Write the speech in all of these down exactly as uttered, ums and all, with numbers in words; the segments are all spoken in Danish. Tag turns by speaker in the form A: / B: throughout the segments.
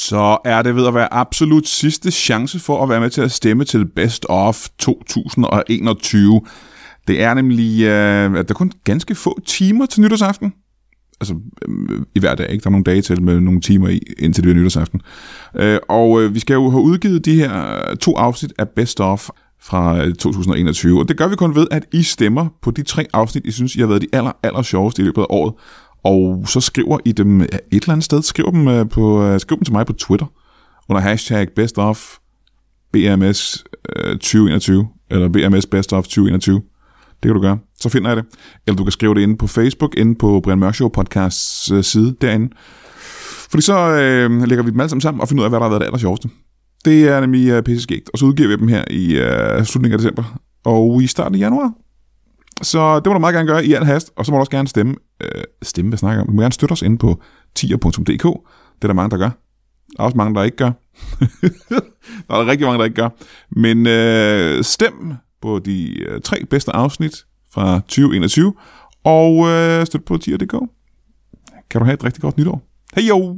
A: Så er det ved at være absolut sidste chance for at være med til at stemme til Best of to tusind enogtyve. Det er nemlig, øh, at der er kun ganske få timer til nytårsaften. Altså øh, i hver dag, ikke? Der er nogle dage til med nogle timer i, indtil det er nytårsaften. Øh, og øh, vi skal jo have udgivet de her to afsnit af Best of fra øh, to tusind enogtyve. Og det gør vi kun ved, at I stemmer på de tre afsnit, I synes, I har været de aller, aller sjoveste i løbet af året. Og så skriver I dem et eller andet sted. Skriv dem, øh, på, øh, skriv dem til mig på Twitter under hashtag bestof B M S øh, tyve enogtyve eller B M S bestof tyve enogtyve. Det kan du gøre. Så finder jeg det. Eller du kan skrive det inde på Facebook, inde på Brian Mørk Show podcasts øh, side derinde. Fordi så øh, lægger vi dem alle sammen sammen og finder ud af, hvad der har været det aller sjoveste. Det er nemlig øh, pisseskægt. Og så udgiver vi dem her i øh, slutningen af december. Og i starten af januar. Så det må du meget gerne gøre i al hast. Og så må du også gerne stemme. Øh, stemme, hvad snakker om? Du må gerne støtte os inde på tier punktum d k. Det er der mange, der gør. Der er også mange, der ikke gør. Der er rigtig mange, der ikke gør. Men øh, stem på de øh, tre bedste afsnit fra tyve enogtyve, og øh, støt på tier punktum d k. Kan du have et rigtig godt nytår. Hej jo!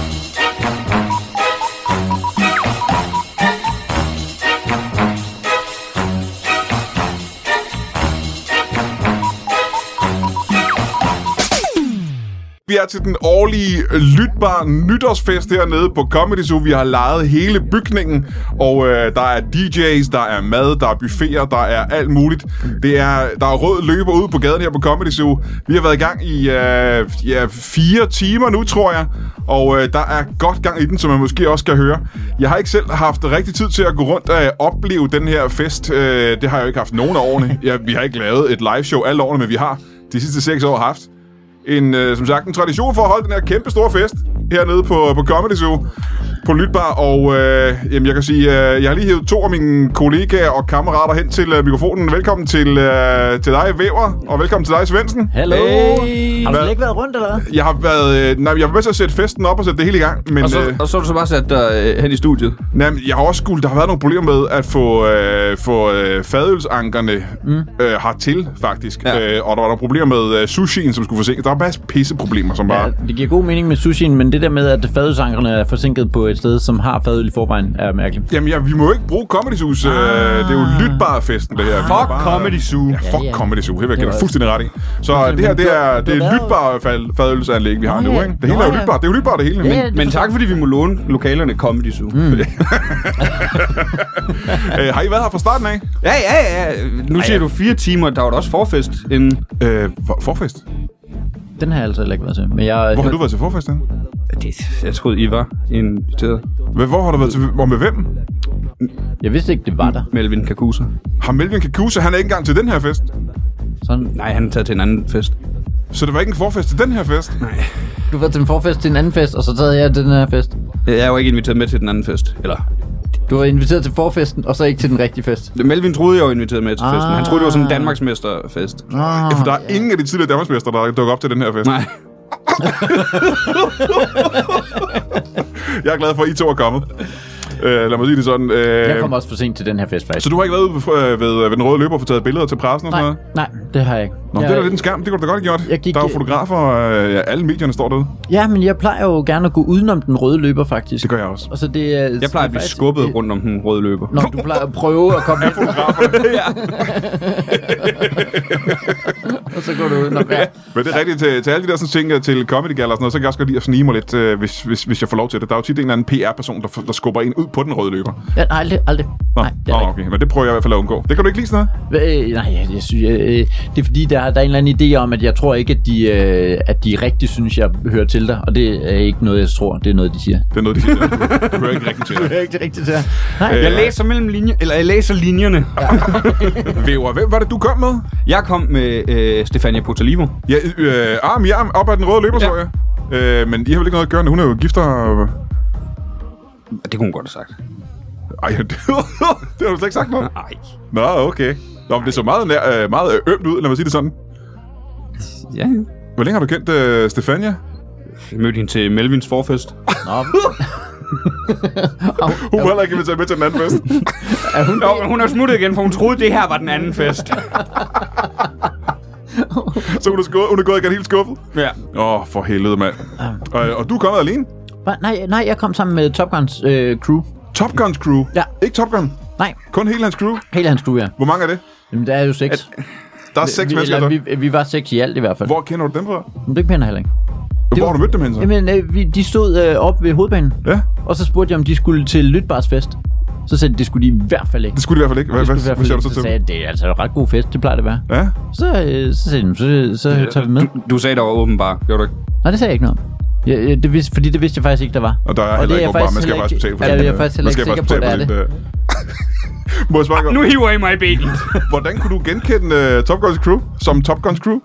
A: Vi er til den årlige lytbare nytårsfest hernede på Comedy Zoo. Vi har lejet hele bygningen, og øh, der er D J's, der er mad, der er buffeter, der er alt muligt. Det er, der er rød løber ude på gaden her på Comedy Zoo. Vi har været i gang i øh, ja, fire timer nu, tror jeg, og øh, der er godt gang i den, som man måske også kan høre. Jeg har ikke selv haft rigtig tid til at gå rundt og opleve den her fest. Øh, det har jeg jo ikke haft nogen af årene. Ja, vi har ikke lavet et live show alle årene, men vi har de sidste seks år haft En, øh, som sagt, en tradition for at holde den her kæmpe store fest hernede på, på Comedy Zoo på Lytbar, og øh, jamen, jeg kan sige, øh, jeg har lige hævet to af mine kollegaer og kammerater hen til øh, mikrofonen. Velkommen til, øh, til dig, Væver, og velkommen til dig, Svendsen.
B: Hallo. Hey. Har du slet ikke været rundt, eller?
A: Jeg har været, øh, nej, jeg var med til at sætte festen op og sætte det hele i gang. Men,
C: og, så,
A: øh,
C: og så har du så bare sat dig øh, hen i studiet?
A: Nej, jeg har også skulle, der har været nogle problemer med at få, øh, få øh, fadølsankerne mm. øh, hertil, faktisk. Ja. Øh, og der var der problemer med øh, sushien, som skulle forsinke. Der var bare pisseproblemer, som bare...
B: Ja, det giver god mening med sushien, men det der med, at fadølsankerne er forsinket på et sted, som har fadøl i forvejen, er mærkeligt.
A: Jamen, ja, vi må jo ikke bruge Comedy Zoo's. Ah. Øh, det er jo lytbare-festen, det her.
C: Fuck
A: bare,
C: Comedy Zoo.
A: Ja, fuck ja, ja. Comedy Zoo. Det vil jeg give dig fuldstændig ret i. Så det her, det er, det er lytbare fadølsanlæg, vi har nu, ikke? Det hele er jo lytbare. Det er jo lytbare, det hele.
C: Ja, men, men tak, fordi vi må låne lokalerne Comedy Zoo. Mm.
A: øh, har I været her fra starten af?
C: Ja, ja, ja. Nu siger du fire timer. Der var da også forfest inden.
A: Øh, forfest?
B: Den har jeg altså ikke været til. Men jeg,
A: hvor har du været til forfest den?
C: Det, jeg troede, I var inviteret.
A: Hvor har du været til? Hvor med hvem?
B: Jeg vidste ikke, det var der.
C: Melvin Kakusa.
A: Har Melvin Kakusa? Han er ikke engang til den her fest?
B: Sådan.
C: Nej, han er taget til en anden fest.
A: Så det var ikke en forfest til den her fest?
C: Nej.
B: Du var til en forfest til en anden fest, og så tager jeg til den her fest.
C: Jeg er jo ikke inviteret med til den anden fest. Eller...
B: Du var inviteret til forfesten, og så ikke til den rigtige fest.
C: Melvin troede, jeg var inviteret med til ah. festen. Han troede, det var sådan en Danmarksmesterfest.
A: Ah, ja, for der er ja. ingen af de tidligere Danmarksmester, der dukker op til den her fest.
C: Nej.
A: Jeg er glad for, at I to er kommet. Uh, lad mig sige det sådan. Uh,
B: jeg kom også for sent til den her fest, faktisk.
A: Så du har ikke været ude ved, ved, ved den røde løber og få taget billeder til pressen og
B: nej,
A: sådan noget?
B: Nej, det har jeg ikke.
A: Nå,
B: jeg,
A: det er da lidt en skærm. Det kunne du da godt have gjort.
B: Gik,
A: der er jo fotografer, og ja, alle medierne står derude.
B: Ja, men jeg plejer jo gerne at gå udenom den røde løber, faktisk.
A: Det gør jeg også.
B: Og så det,
C: jeg plejer at blive skubbet
B: det,
C: rundt om den røde løber.
B: Nå, du plejer at prøve at komme
A: ind. Fotograferne.
C: Ja.
B: Og så går du udenom. Ja.
A: Men det er rigtigt til, til alle de der sådan ting, til Comedy Gala og sådan noget, så kan jeg også godt lide at snige mig lidt, øh, hvis, hvis, hvis jeg får lov til det. Der er jo tit en eller anden P R-person, der, der skubber en ud på den røde løber.
B: Ja, aldrig, aldrig.
A: Nå,
B: nej, det er
A: Nå, okay. Men det prøver jeg i hvert fald at undgå. Det kan du ikke lide sådan
B: noget? Øh, nej, jeg synes, øh, det er fordi, der, der er en eller anden idé om, at jeg tror ikke, at de, øh, at de rigtig synes, jeg hører til dig. Og det er ikke noget, jeg tror. Det er noget, de siger.
A: Det er noget, de siger. Du hører ikke rigtigt til dig.
B: Du hører ikke rigtigt til dig. Nej.
C: Jeg læser mellem linjer, eller jeg læser linjerne.
A: Ja. Væver, hvem var det, du kom med?
C: Jeg kom med øh, Stefania Potalivo.
A: Ja, øh, arm i arm op ad den røde løber, ja. Så jeg. Øh, men de har vel ikke noget at gøre, hun er jo gifter. Og...
C: Det kunne hun godt have sagt.
A: Ej, det, det har du slet ikke sagt noget?
C: Nej.
A: Nå, okay. Nå, men det så meget, nær, meget ømt ud, lad mig sige det sådan.
C: Ja.
A: Hvor længe har du kendt uh, Stefania?
C: Jeg mødte hende til Melvins forfest.
A: Nå. Hun var heller ikke inviteret med til den anden fest.
C: Er hun, Nå, hun er smuttet igen, for hun troede, det her var den anden fest.
A: Så hun er, skå- hun er gået igen helt skuffet?
C: Ja.
A: Åh, oh, for helvede, mand. Og, og du er kommet alene?
B: Hva? Nej, nej, jeg kom sammen med Top Guns øh, crew.
A: Top Guns crew?
B: Ja.
A: Ikke Top Gun?
B: Nej.
A: Kun hele hans crew?
B: Hele hans crew, ja.
A: Hvor mange er det?
B: Jamen, der er jo seks.
A: At, der er seks
B: vi,
A: mennesker,
B: eller,
A: der.
B: vi, vi var seks i alt i hvert fald.
A: Hvor kender du dem fra?
B: Men det kender jeg heller ikke.
A: Hvor
B: var,
A: har du mødt dem hen så?
B: Jamen, øh, vi, de stod øh, op ved hovedbanen.
A: Ja.
B: Og så spurgte jeg, om de skulle til Lytbars fest. Så sagde de, det skulle de i hvert fald ikke.
A: Det skulle de i hvert fald ikke. Hvad, hvad, hvad siger du så til
B: Så sagde jeg, det er altså en ret god fest, det plejer det at være.
A: Ja.
B: Så, øh, så sagde de, så, så
C: Det,
B: tager vi med.
C: Du, du sagde, der var åben bar, gjorde du ikke?
B: Nej, det sagde jeg ikke noget om. Ja, ja, det vidste, fordi det vidste jeg faktisk ikke, der var.
A: Og der er
B: og
A: heller
B: det
A: ikke bare, man skal faktisk betale for
B: det.
A: det.
B: Jeg er faktisk heller ikke sikker på, at det er det.
A: Må jeg spørge,
C: Nu hiver I mig i benet.
A: hvordan kunne du genkende uh, Top Guns crew som Top Guns crew?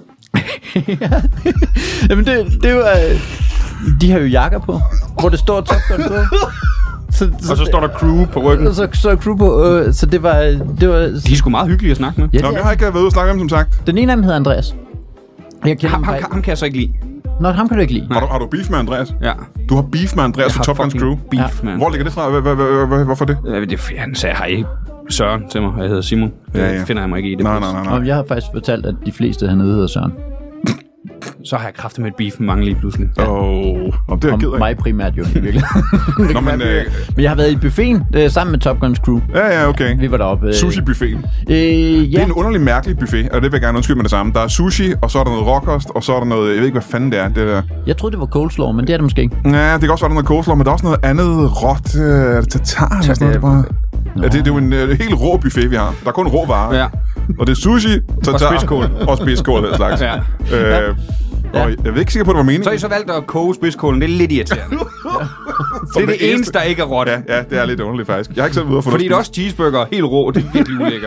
B: Jamen, det, det var... Øh, de har jo jakker på, hvor det står Top Gun på. Så,
C: Og så står der crew på ryggen.
B: Og så står der crew på, øh, så det var... Det var
C: De er sgu meget hyggelige at snakke med.
B: ja,
A: Nå,
B: det
A: jeg
B: er-
A: har ikke været ude og snakke med dem, som sagt.
B: Den ene af dem hedder Andreas. Jeg kender
C: Ham,
B: ham,
C: ham, ham kan jeg så ikke lide.
B: Nå, ham kan du ikke lide.
A: Har du, har du beef med Andreas?
C: Ja.
A: Du har beef med Andreas
C: Jeg
A: og
C: har
A: Top Guns
C: fucking
A: crew?
C: beef,
B: Ja.
C: mand.
A: Hvor ligger det fra? Hva- hva- hva- hva- Hvorfor det?
C: Ja, det er fordi, han sagde hej Søren til mig. Jeg hedder Simon.
A: Ja,
C: Det
A: ja.
C: finder jeg mig ikke i. Det
A: Nej,
C: pis.
A: nej, nej, nej.
B: Og jeg har faktisk fortalt, at de fleste hernede hedder Søren.
C: Så har jeg kraftet med et beef med mange lige pludselig.
A: Åh, oh, oh, det er jeg ked
B: Og
A: af.
B: mig primært jo, i virkeligheden.
A: Nå, men, øh,
B: Men jeg har været i buffeten øh, sammen med Top Guns crew.
A: ja, ja, okay.
B: Vi var deroppe. Øh,
A: Sushi-buffeten.
B: Øh,
A: Det
B: ja.
A: er en underlig mærkelig buffet, og det vil jeg gerne undskylde med det samme. Der er sushi, og så er der noget råkost, og så er der noget... Jeg ved ikke, hvad fanden det er, det der.
B: Jeg troede, det var coleslaw, men det er det måske ikke.
A: Ja, det kan også være, der er noget coleslaw, men der er også noget andet råt. Øh, er det tatar eller sådan noget? Det er bare... Ja, det, det er jo en uh, helt rå buffet, vi har. Der er kun rå varer.
C: Ja.
A: Og det er sushi, tatar
C: spidskål.
A: og spidskål og den slags.
C: Ja.
A: Øh, og jeg er ikke sikker på, at det var meningen.
C: Så har I så valgt at koge spidskålen. Det er lidt irriterende. Det er det eneste, der ikke er råt.
A: Ja, ja, det er lidt underligt faktisk. Jeg har ikke selv videre for
C: Fordi det er også cheeseburger helt rå. Det er virkelig ulækkert.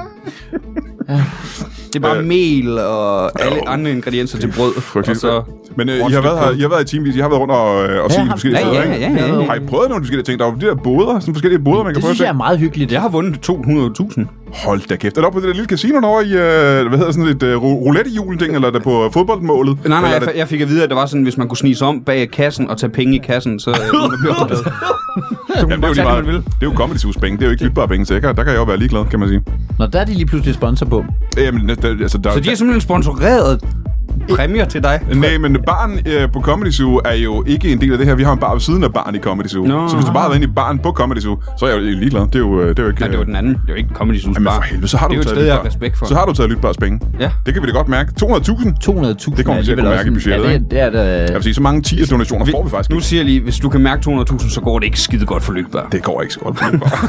C: Det er bare
A: Øh.
C: mel og alle andre ingredienser til brød. Og
A: Frygteligt.
C: så...
A: Men øh, I
C: råt
A: har været
C: stykke
A: her, I har været i teamvis, I har været rundt og, øh, og
B: Ja,
A: sige
B: har-
A: forskellige
C: Ja,
A: steder,
C: ja,
A: ikke?
C: ja, ja, ja.
A: Har I prøvet nogle forskellige ting? Der er jo de der boder, sådan forskellige boder, man kan
B: Det
A: prøve at
B: synes jeg er
A: se.
B: meget hyggeligt.
C: Jeg har vundet to hundrede tusind.
A: Hold da kæft. Er det oppe på det der lille casino derovre i, øh, hvad hedder sådan et øh, roulette-hjul-ting, eller er det på fodboldmålet?
C: Nej, nej,
A: Eller er
C: jeg, jeg fik at vide, at det var sådan, hvis man kunne snige sig om bag kassen og tage penge i kassen, så øh, uden at blive opdaget. Så
A: Jamen, det, er jo lige
C: tage,
A: meget,
C: hvad man vil.
A: det er jo Comedy Zoo's penge, det er jo ikke lytbare penge, så jeg kan, der kan jeg jo være ligeglad, kan man sige.
B: Nå, der er de lige pludselig sponsor på.
A: Jamen, der, altså, der,
C: Så de har simpelthen sponsoreret præmier til dig?
A: Nej, men baren øh, på Comedy Zoo er jo ikke en del af det her. Vi har en bar ved siden af baren i Comedy Zoo.
C: Nå.
A: Så hvis du bare har været inde i baren på Comedy Zoo, så er jeg jo ligeglad. Det er jo, det er jo ikke...
C: Nej, det var den anden. Det var ikke Comedy Zoo's
A: Jamen
C: bar.
A: for helvede, så har
C: det
A: du
C: er jo et
A: taget
C: sted, jeg har
A: Lytbars-
C: respekt for.
A: Så har du taget Lytbars penge.
C: Ja.
A: Det kan vi da godt mærke. to hundrede tusind?
B: to hundrede tusind.
A: Det kommer vi til at kunne mærke i budgettet,
B: ja,
A: ikke?
B: det, er- det er da...
A: Jeg vil sige, så mange tiers donationer får vi faktisk
C: Nu
A: ikke.
C: siger jeg lige, hvis du kan mærke to hundrede tusind, så går det ikke skide godt for Lytbar.
A: Det går ikke så godt for Lytbar.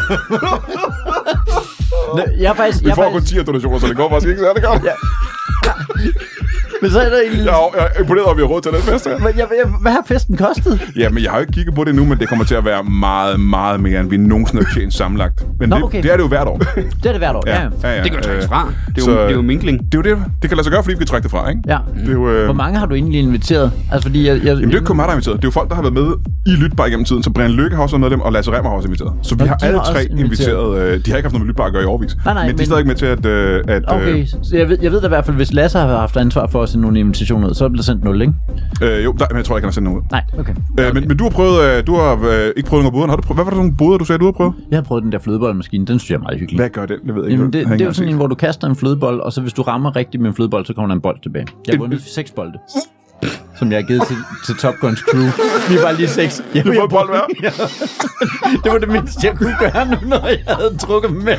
B: Nå, jeg har faktisk...
A: Vi
B: Jeg
A: får
B: har
A: kun
B: faktisk
A: tiers donationer, så det går faktisk ikke særlig godt.
B: men så er der egentlig...
A: Jeg er, jeg er imponeret over, at vi har råd til den fest her.
B: Men jeg, jeg, hvad har festen kostet?
A: Ja, men jeg har jo ikke kigget på det nu, men det kommer til at være meget, meget mere, end vi nogensinde har tjent sammenlagt. Men
B: Nå,
A: det,
B: okay.
A: det er det jo hvert år.
B: Det er det hvert år, ja. ja.
A: ja, ja.
C: Det kan jo trækkes
A: Øh,
C: fra. Det er jo,
A: så-
C: det er jo minkling.
A: Det er jo det. Det kan lade sig gøre, fordi vi kan trække det fra, ikke?
B: ja.
A: Det er jo, øh...
B: Hvor mange har du egentlig inviteret? Altså, fordi jeg... jeg
A: Jamen, det er jo ikke kun mig, der er inviteret. Det er jo folk, der har været med i Lytbar igennem tiden. Så Brian Lykke har også været med dem, og Lasse Remmer har også inviteret. Så vi
B: Nå,
A: har
B: de
A: alle
B: har
A: tre
B: også
A: inviteret.
B: inviteret.
A: Øh, de har ikke haft noget med Lytbar at gøre i årvis.
B: Nej, nej,
A: men de er
B: men-
A: stadig med til at... Øh, at
B: Okay,
A: øh,
B: så jeg ved, jeg ved da i hvert fald, hvis Lasse har haft ansvar for at sende nogle invitationer ud, så er det sendt nul, ikke?
A: øh, jo, der, men jeg tror ikke, han har sendt noget ud.
B: Nej, okay.
A: Øh,
B: okay.
A: men, men du har prøvet... Øh, du har øh, ikke prøvet nogle boder. Har du prøvet, hvad var det nogle boder, du sagde, du har prøvet?
B: Jeg har prøvet den der flødeboldmaskine, den synes jeg er meget hyggelig.
A: Hvad gør den? Det ved jeg ikke.
B: Jamen, det,
A: Jeg har
B: det er jo
A: ikke
B: sådan en,
A: set.
B: hvor du kaster en flødebold, og så hvis du rammer rigtigt med en flødebold, så kommer der en bold tilbage. Jeg har vundet seks bolde, som jeg har givet til, til Top Guns crew. Vi var lige seks. Jeg,
A: Du har fået bold hver?
B: Ja. Det var det mindste, jeg kunne gøre nu, når jeg havde trukket med.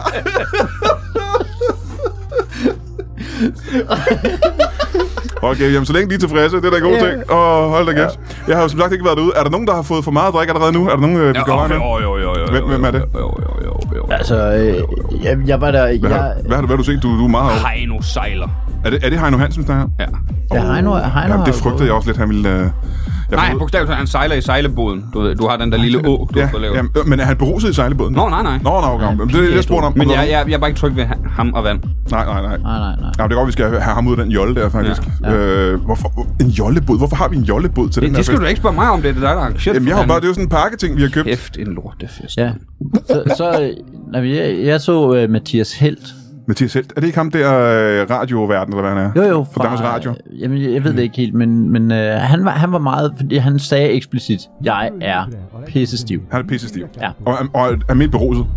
A: Okay, jamen så længe de er tilfredse, det er da en god
B: Ja.
A: ting. Og hold da kæft. Jeg har jo som sagt ikke været derude. Er der nogen, der har fået for meget drik allerede nu? Er der nogen, øh, vi går over med?
C: jo, jo, jo, jo.
A: Hvem- hvem er det?
C: Jo, jo, jo, jo.
B: Altså, øh, jeg, jeg var der...
A: Hvad,
B: Jeg,
A: har, hvad har du, hvad har du set? Du, du er meget over.
C: Heino sejler.
A: Er det, er det Heino Hansen, der er her?
C: Ja.
B: Ja, Heino- Heino
A: Jamen,
B: har
A: det
B: jo
A: frygtede
B: gået.
A: jeg også lidt, han ville... Øh, jeg
C: Nej,
A: forlod-
C: bogstaveligt talt, han sejler i sejleboden. Du, ved, du har den der lille å, du
A: ja,
C: får lavet.
A: ja, øh, men er han beruset i sejlebåden?
C: Nå, nej, nej.
A: Nå, nå, okay. Det er det, jeg spurgte om.
C: Men jeg, jeg, jeg er bare ikke tryg ved ha- ham og vand.
A: Nej, nej, nej.
B: Nej, nej, nej.
A: Ja, det er godt, vi skal have ham ud af den jolle der, faktisk.
B: Ja, ja.
A: Øh, hvorfor? En jollebåd? Hvorfor har vi en jollebåd til
C: Det,
A: den
C: det
A: her
C: skal
A: fest?
C: du da ikke spørge mig om, det er det der, der arrangerer.
A: Jamen, jeg har bare, det er jo sådan en pakketing, vi har købt.
C: Kæft, en lortefest.
B: Ja. Så, så øh, nej, men jeg, jeg så uh, Mathias Helt.
A: Mathias Helt. Er det ikke ham der øh, radioverden, eller hvad han er?
B: Jo, jo.
A: For Danmarks Radio.
B: Jamen, jeg, jeg ved det ikke helt, men, men uh, han, var, han var meget... Fordi han sagde eksplicit, jeg er pissestiv.
A: Han er pissestiv.
B: Ja.
A: Og, og er almindeligt beruset.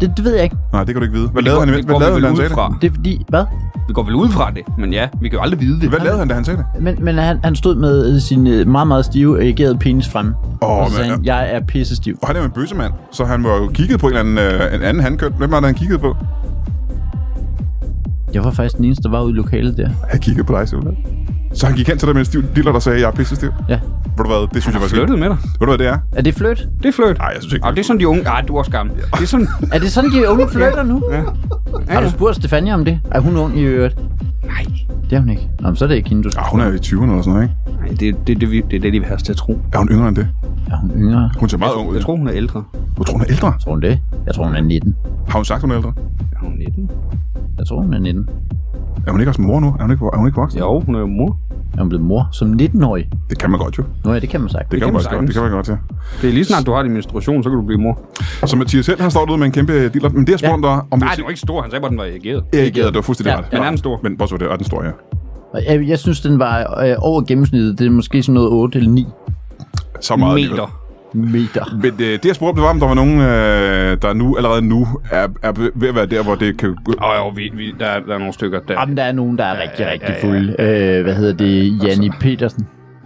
B: Det, det ved jeg ikke.
A: Nej, det kan du ikke vide. Hvad
C: Men
A: lavede
C: det
A: han,
C: går- det
A: hvad
C: går
A: lavede
C: vi
A: han, da han
C: vel
A: sagde
C: ud fra.
A: det?
B: Det er fordi... Hvad?
C: Vi går vel ud fra det, men ja, vi kan jo aldrig vide det.
A: Hvad lavede han, da han sagde det?
B: Men, men han, han stod med sin øh, meget, meget stive, erigerede penis fremme.
A: Åh,
B: og så sagde
A: men-
B: han, jeg er pissestiv.
A: Og han er jo en bøssemand, så han var jo kigget på en, eller anden, øh, en anden handkøn. Hvem var det, han kiggede på?
B: Jeg var faktisk den eneste, der var ude i lokalet der.
A: Han kiggede på dig, simpelthen. Så han gik hen til dig med en stiv diller, der sagde, jeg er pissestiv.
B: Ja.
A: Ved du hvad, det synes jeg
C: Jeg har
A: faktisk
C: flyttet med dig.
A: Ved du hvad det er?
B: Er det fløjt?
C: Det er fløjt.
A: Nej, jeg synes ikke.
C: Ah, det er sådan de unge... Ah, du er også gammel. Det er sådan...
B: Er det sådan, de unge fløjter nu?
C: Ja.
B: Har du spurgt Stefania om det? Er hun ung i øvrigt?
C: Nej.
B: Det er hun ikke. Nå, men så er det ikke hende, du skal.
A: Ah, hun er i tyverne eller sådan noget, ikke?
C: Nej, det, det, det, det, det er det, de vil have os til at tro.
A: Er hun yngre end det?
B: Er hun yngre?
A: Hun ser meget ung ud.
C: Jeg tror, hun er ældre.
A: Jeg tror, hun er ældre.
B: Tror hun det? Jeg tror, hun er nitten.
A: Har hun sagt, hun er ældre?
C: Er hun nitten?
B: Jeg tror, hun er nitten.
A: Er hun ikke også mor nu? Er hun ikke, er hun ikke voksen?
C: Jo, hun er jo mor.
B: Er hun blevet mor som nitten-årig?
A: Det kan man godt jo.
B: Nå ja, det kan man sagt.
A: Det, kan
C: kan
A: man
C: man
A: faktisk godt. Det kan man godt, ja.
C: Det er lige snart, du har din menstruation, så kan du blive mor.
A: Så Mathias Held, han står derude med en kæmpe diller. Men det jeg spurgte
B: Ja.
A: dig om...
C: Nej, det var ikke stor. Han sagde bare, den var erigeret.
A: Erik Gade, det var fuldstændig
B: Ja,
A: ret.
C: Den er den stor.
A: Men bortset fra det, er den stor, ja.
B: Og Jeg, jeg synes, den var øh, over gennemsnittet. Det er måske sådan noget otte eller ni
A: Så meget alligevel.
C: Meter.
B: meter.
A: Men øh, det jeg spurgte, det var, om der var nogen, øh, der nu allerede nu er, er ved at være der, hvor det kan...
C: Åh, jo, vi, vi, der, er- der er nogle stykker der.
B: Jamen, der er nogen, der er rigtig,
C: ja,
B: rigtig
C: ja, ja.
B: fulde. Øh, hvad hedder det? Janni Petersen.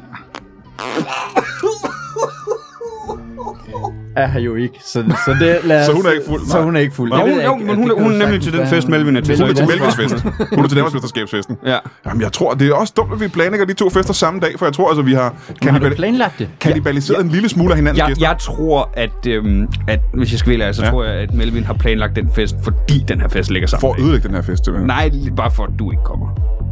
B: Er her jo ikke. Så, så, det, lad os,
A: Så hun er ikke fuld?
B: Så hun er ikke fuld.
C: Nå,
B: Det ved
C: hun,
B: jeg
C: jo,
B: ikke.
C: men
B: Det
C: hun,
B: kan
C: hun
B: jo
C: er nemlig
B: sagtens
C: til den
B: være.
C: fest, Melvin er til.
A: Hun er til
B: Melvin.
A: Melvinsfest. Hun er til Danmarksmesterskabsfesten.
C: Ja.
A: Jamen, jeg tror, det er også dumt, at vi planlægger de to fester samme dag, for jeg tror, altså, vi har
B: Har du
A: kannibal-
B: planlagt det?
A: kannibaliseret en lille smule af hinandens
C: Jeg,
A: gæster.
C: jeg tror, at, øhm, at hvis jeg skal være ærlig, så
A: Ja.
C: ja. tror jeg, at Melvin har planlagt den fest, fordi den her fest ligger sammen.
A: For at ødelægge den her fest, simpelthen.
C: Nej, bare for at du ikke kommer.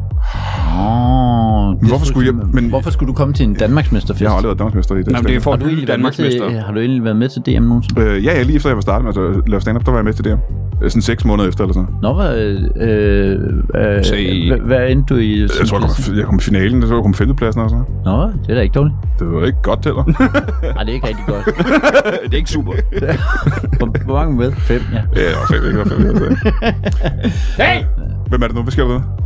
B: Oh,
A: Men hvorfor skulle jeg- men-
B: Hvorfor skulle du komme til en Danmarksmesterfest?
A: Jeg har aldrig været Danmarksmester i det.
C: Nå, men det er for,
B: Har
C: at
B: du
C: du er
B: egentlig været med
C: Danmarksmester.
B: til, har du egentlig været med til D M nogensinde?
A: Øh, ja, ja, lige efter jeg var startet med at lave stand-up, der var jeg med til det. Øh, Sådan seks måneder efter, eller sådan.
B: Nå, hvad, øh, øh,
C: Så I-
B: hvad, hvad endte du i?
A: Jeg tror, jeg kom, jeg kom i finalen, jeg tror, jeg kom i femtepladsen og sådan.
B: Nå, det er da ikke dårligt.
A: Det var ikke godt heller.
B: Nej, det er ikke rigtig godt.
C: Det er ikke super.
B: Hvor, hvor mange med? Fem, ja.
A: Ja, det var fedt, det var fedt.
C: Hey!
A: Hvem er det nu? Hvad sker der derude?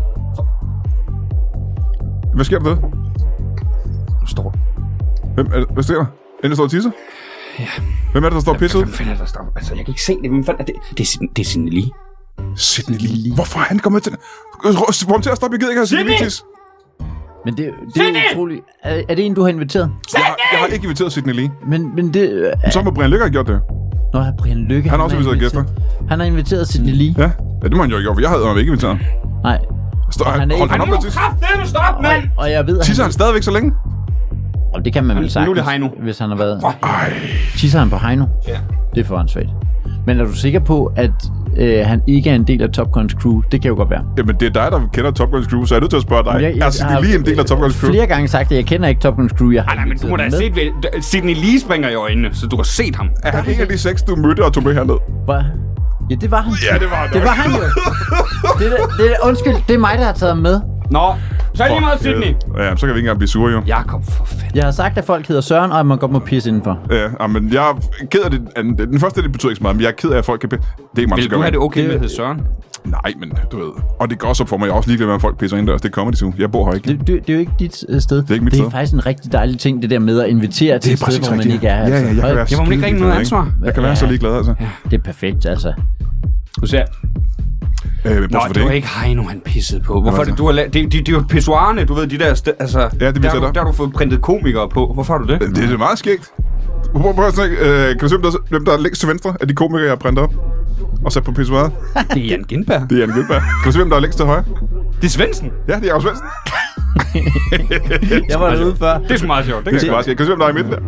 A: Hvad sker der derude?
C: Står.
A: Hvem er det? Hvad sker der? En, der står og tisser? Ja. Hvem er det, der står og pisser ud?
C: Hvem fanden er der står? Altså, jeg kan ikke se det. Hvem fanden er det? Det er, Sidney- det er Sidney Lee.
A: Sidney Lee. Hvorfor er han kommet til det? Få ham til at stoppe, jeg gider ikke have Sidney Lee tis.
B: Men det, det er utroligt. Er, er det en, du har inviteret?
A: Jeg har, jeg har ikke inviteret Sidney Lee.
B: Men, men det... Er,
A: Så må Brian Lykke have gjort det.
B: Nå, Brian Lykke.
A: Han har også inviteret gæster.
B: Han har inviteret Sidney Lee.
A: Ja, ja det må han jo ikke gøre, for jeg havde ham ikke inviteret.
B: Nej.
A: Stå,
B: han
A: han,
B: er
A: hold
B: ikke-
A: han op med at tisse.
C: kraftedeme stop, mand!
B: Og jeg ved, at
A: Tisser han stadigvæk så længe?
B: Og det kan man vel
C: Nu er
B: sagtens,
C: det Heino.
B: hvis han har været...
A: Ej.
B: Tisser han på Heino?
C: Ja.
B: Det er for hans svagt. Men er du sikker på, at øh, han ikke er en del af Top Guns crew? Det kan jo godt være.
A: Jamen, det er dig, der kender Top Guns Crew, så er jeg nødt til at spørge dig.
B: Men jeg- jeg
A: er Sidney
B: har
A: Lee en del af Top Guns Crew?
B: flere gange sagt, at jeg kender ikke Top Guns crew. Jeg har
C: Ej, nej, men du må da have
B: inviteret
C: set, hvad- Sidney Lee springer i øjnene, så du har set ham.
A: Er han en af de seks, du mødte og tog med herned?
B: Hvad? Ja, det var han.
A: Ja, det var han
B: Det var han jo. Det er, det er, undskyld, det er mig, der har taget ham med.
C: Nå, så er lige meget Sidney.
A: Ja, så kan vi ikke engang blive sure, jo.
C: Jakob, for fanden.
B: Jeg har sagt, at folk hedder Søren, og at man godt må pisse indenfor.
A: Ja, men jeg er ked af det andet. Den første, det betyder ikke så meget, men jeg er ked af, at folk kan... Det er ikke meget,
C: Vil du have det okay med at hedde Søren?
A: Nej, men du ved... Og det går så for mig. Jeg er også ligeglad med, at folk pisser indendørs. Det er Comedy Zoo. Jeg bor her ikke.
B: Det, det, det er jo ikke dit øh, sted. Det
A: er ikke mit
B: det er
A: sted.
B: faktisk en rigtig dejlig ting, det der med at invitere til et sted, hvor man
A: rigtigt.
B: ikke er.
A: Ja,
B: Altså,
A: ja, jeg kan
B: Hold-
A: være
C: Jeg må ikke rigtig noget ansvar.
A: Jeg kan være så ligeglad, altså.
B: Det er perfekt, altså.
C: Du ser.
A: Øh, men
C: Nå,
A: bortset fra
C: det var
A: det,
C: ikke Heino, han pissede på. Hvorfor er
A: så?
C: det, du har lavet... Det, det, det er jo pissoirerne, du ved, de der... St- altså,
A: Ja, det vi
C: der,
A: sætter.
C: har du- der har du fået printet komikere på. Hvorfor har du det?
A: Det er meget skægt. Prøv, prøv at snakke. Øh, kan du se, hvem der, hvem der er længst til venstre af de komikere, jeg har printet op? Og sat på pissoiret?
C: Det er Jan Gindberg.
A: Det er Jan Gylberg. Kan du se, hvem der er længst til højre?
C: Det er Svendsen.
A: Ja, det er Jacob Svendsen.
B: Jeg var derude før.
C: Det er sgu meget sjovt. Det
A: Det
C: kan
A: er
C: jeg
A: sgu meget skægt. Kan du se, hvem der er i midten der?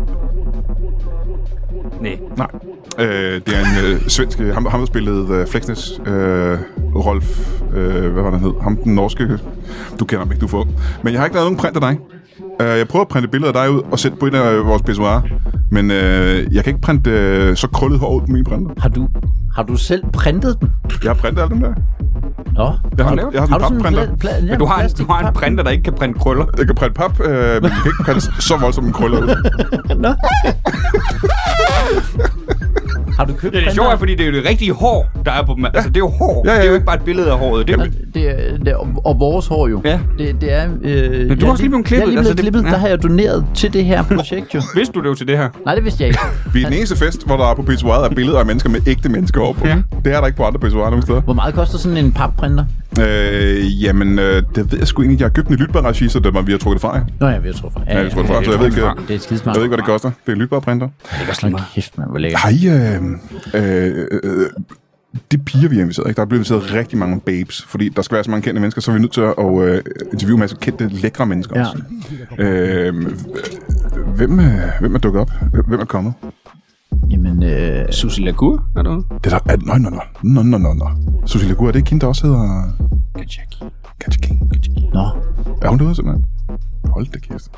C: Nej.
A: Nej. Øh, det er en øh, svensk, ham, ham der spillede øh, Fleksnes, øh, Rolf, øh, hvad var det, han hed? Ham den norske, du kender ham ikke, du er for ung. Men jeg har ikke lavet nogen print af dig. Øh, jeg prøver at printe billeder af dig ud og sætte på en af vores pissoirer. Men øh, jeg kan ikke printe øh, så krøllet hår ud på min printer.
B: Har du, har du selv printet den?
A: Jeg har printet alle dem der.
B: Nå.
A: Jeg har,
C: lavet?
A: jeg har
B: Har
A: sådan
B: du
A: en
B: sådan en
A: papprinter.
B: pla- pla- ja,
C: Men du har, en,
B: plastik
C: du har en
B: pap?
C: printer, der ikke kan printe krøller.
A: Jeg kan printe pap, øh, men jeg kan ikke printe så voldsomt en krøller ud.
B: Nå. Har du købt
C: Ja, det er sjovt, er, fordi det er jo det rigtige hår, der er på dem. Altså, det er jo hår.
A: Ja, ja, ja.
C: Det er jo ikke bare et billede af håret. Det er,
B: Det er, det er, og vores hår jo.
C: Ja.
B: Det, det er... Øh,
C: Men du har også lige blevet klippet.
B: Jeg er lige blevet
C: Altså, det-
B: klippet.
C: ja.
B: Der har jeg doneret til det her projekt jo.
C: vidste du det jo til det her?
B: Nej, det vidste jeg ikke.
A: Vi er den eneste fest, hvor der er på pissoiret er billeder af mennesker med ægte mennesker over på.
C: Ja.
A: Det er der ikke på andre pissoirer nogen steder.
B: Hvor meget koster sådan en papprinter?
A: Øh, jamen, øh, det ved jeg sgu egentlig. Jeg har købt en i Lytbar-regi, så det var, vi har trukket det fra. Ja.
B: Nå ja, jeg tror for.
A: Ja, jeg tror det fra, så jeg ved ikke,
B: Det er skidesmart.
A: jeg ved ikke, hvad det koster. Det er en Lytbar-printer.
B: Hold kæft, man, hvor lækkert.
A: Har I, øh, øh, øh, de piger, vi har inviteret, ikke? Der er blevet inviteret rigtig mange babes, fordi der skal være så mange kendte mennesker, så er vi nødt til at øh, interviewe en masse kendte, lækre mennesker
B: Ja.
A: også. Øh, hvem, øh, hvem er dukket op? Hvem er kommet?
B: Jamen, øh...
C: Susie Lacour, er det noget?
A: Det er der, er, nej, nej, nej, nej, nej, nej, nej. Susie Lacour, er det ikke hende, der også hedder...
C: Kachaki.
A: Katja King?
B: Nå.
A: Er hun derude simpelthen? Hold da kæft.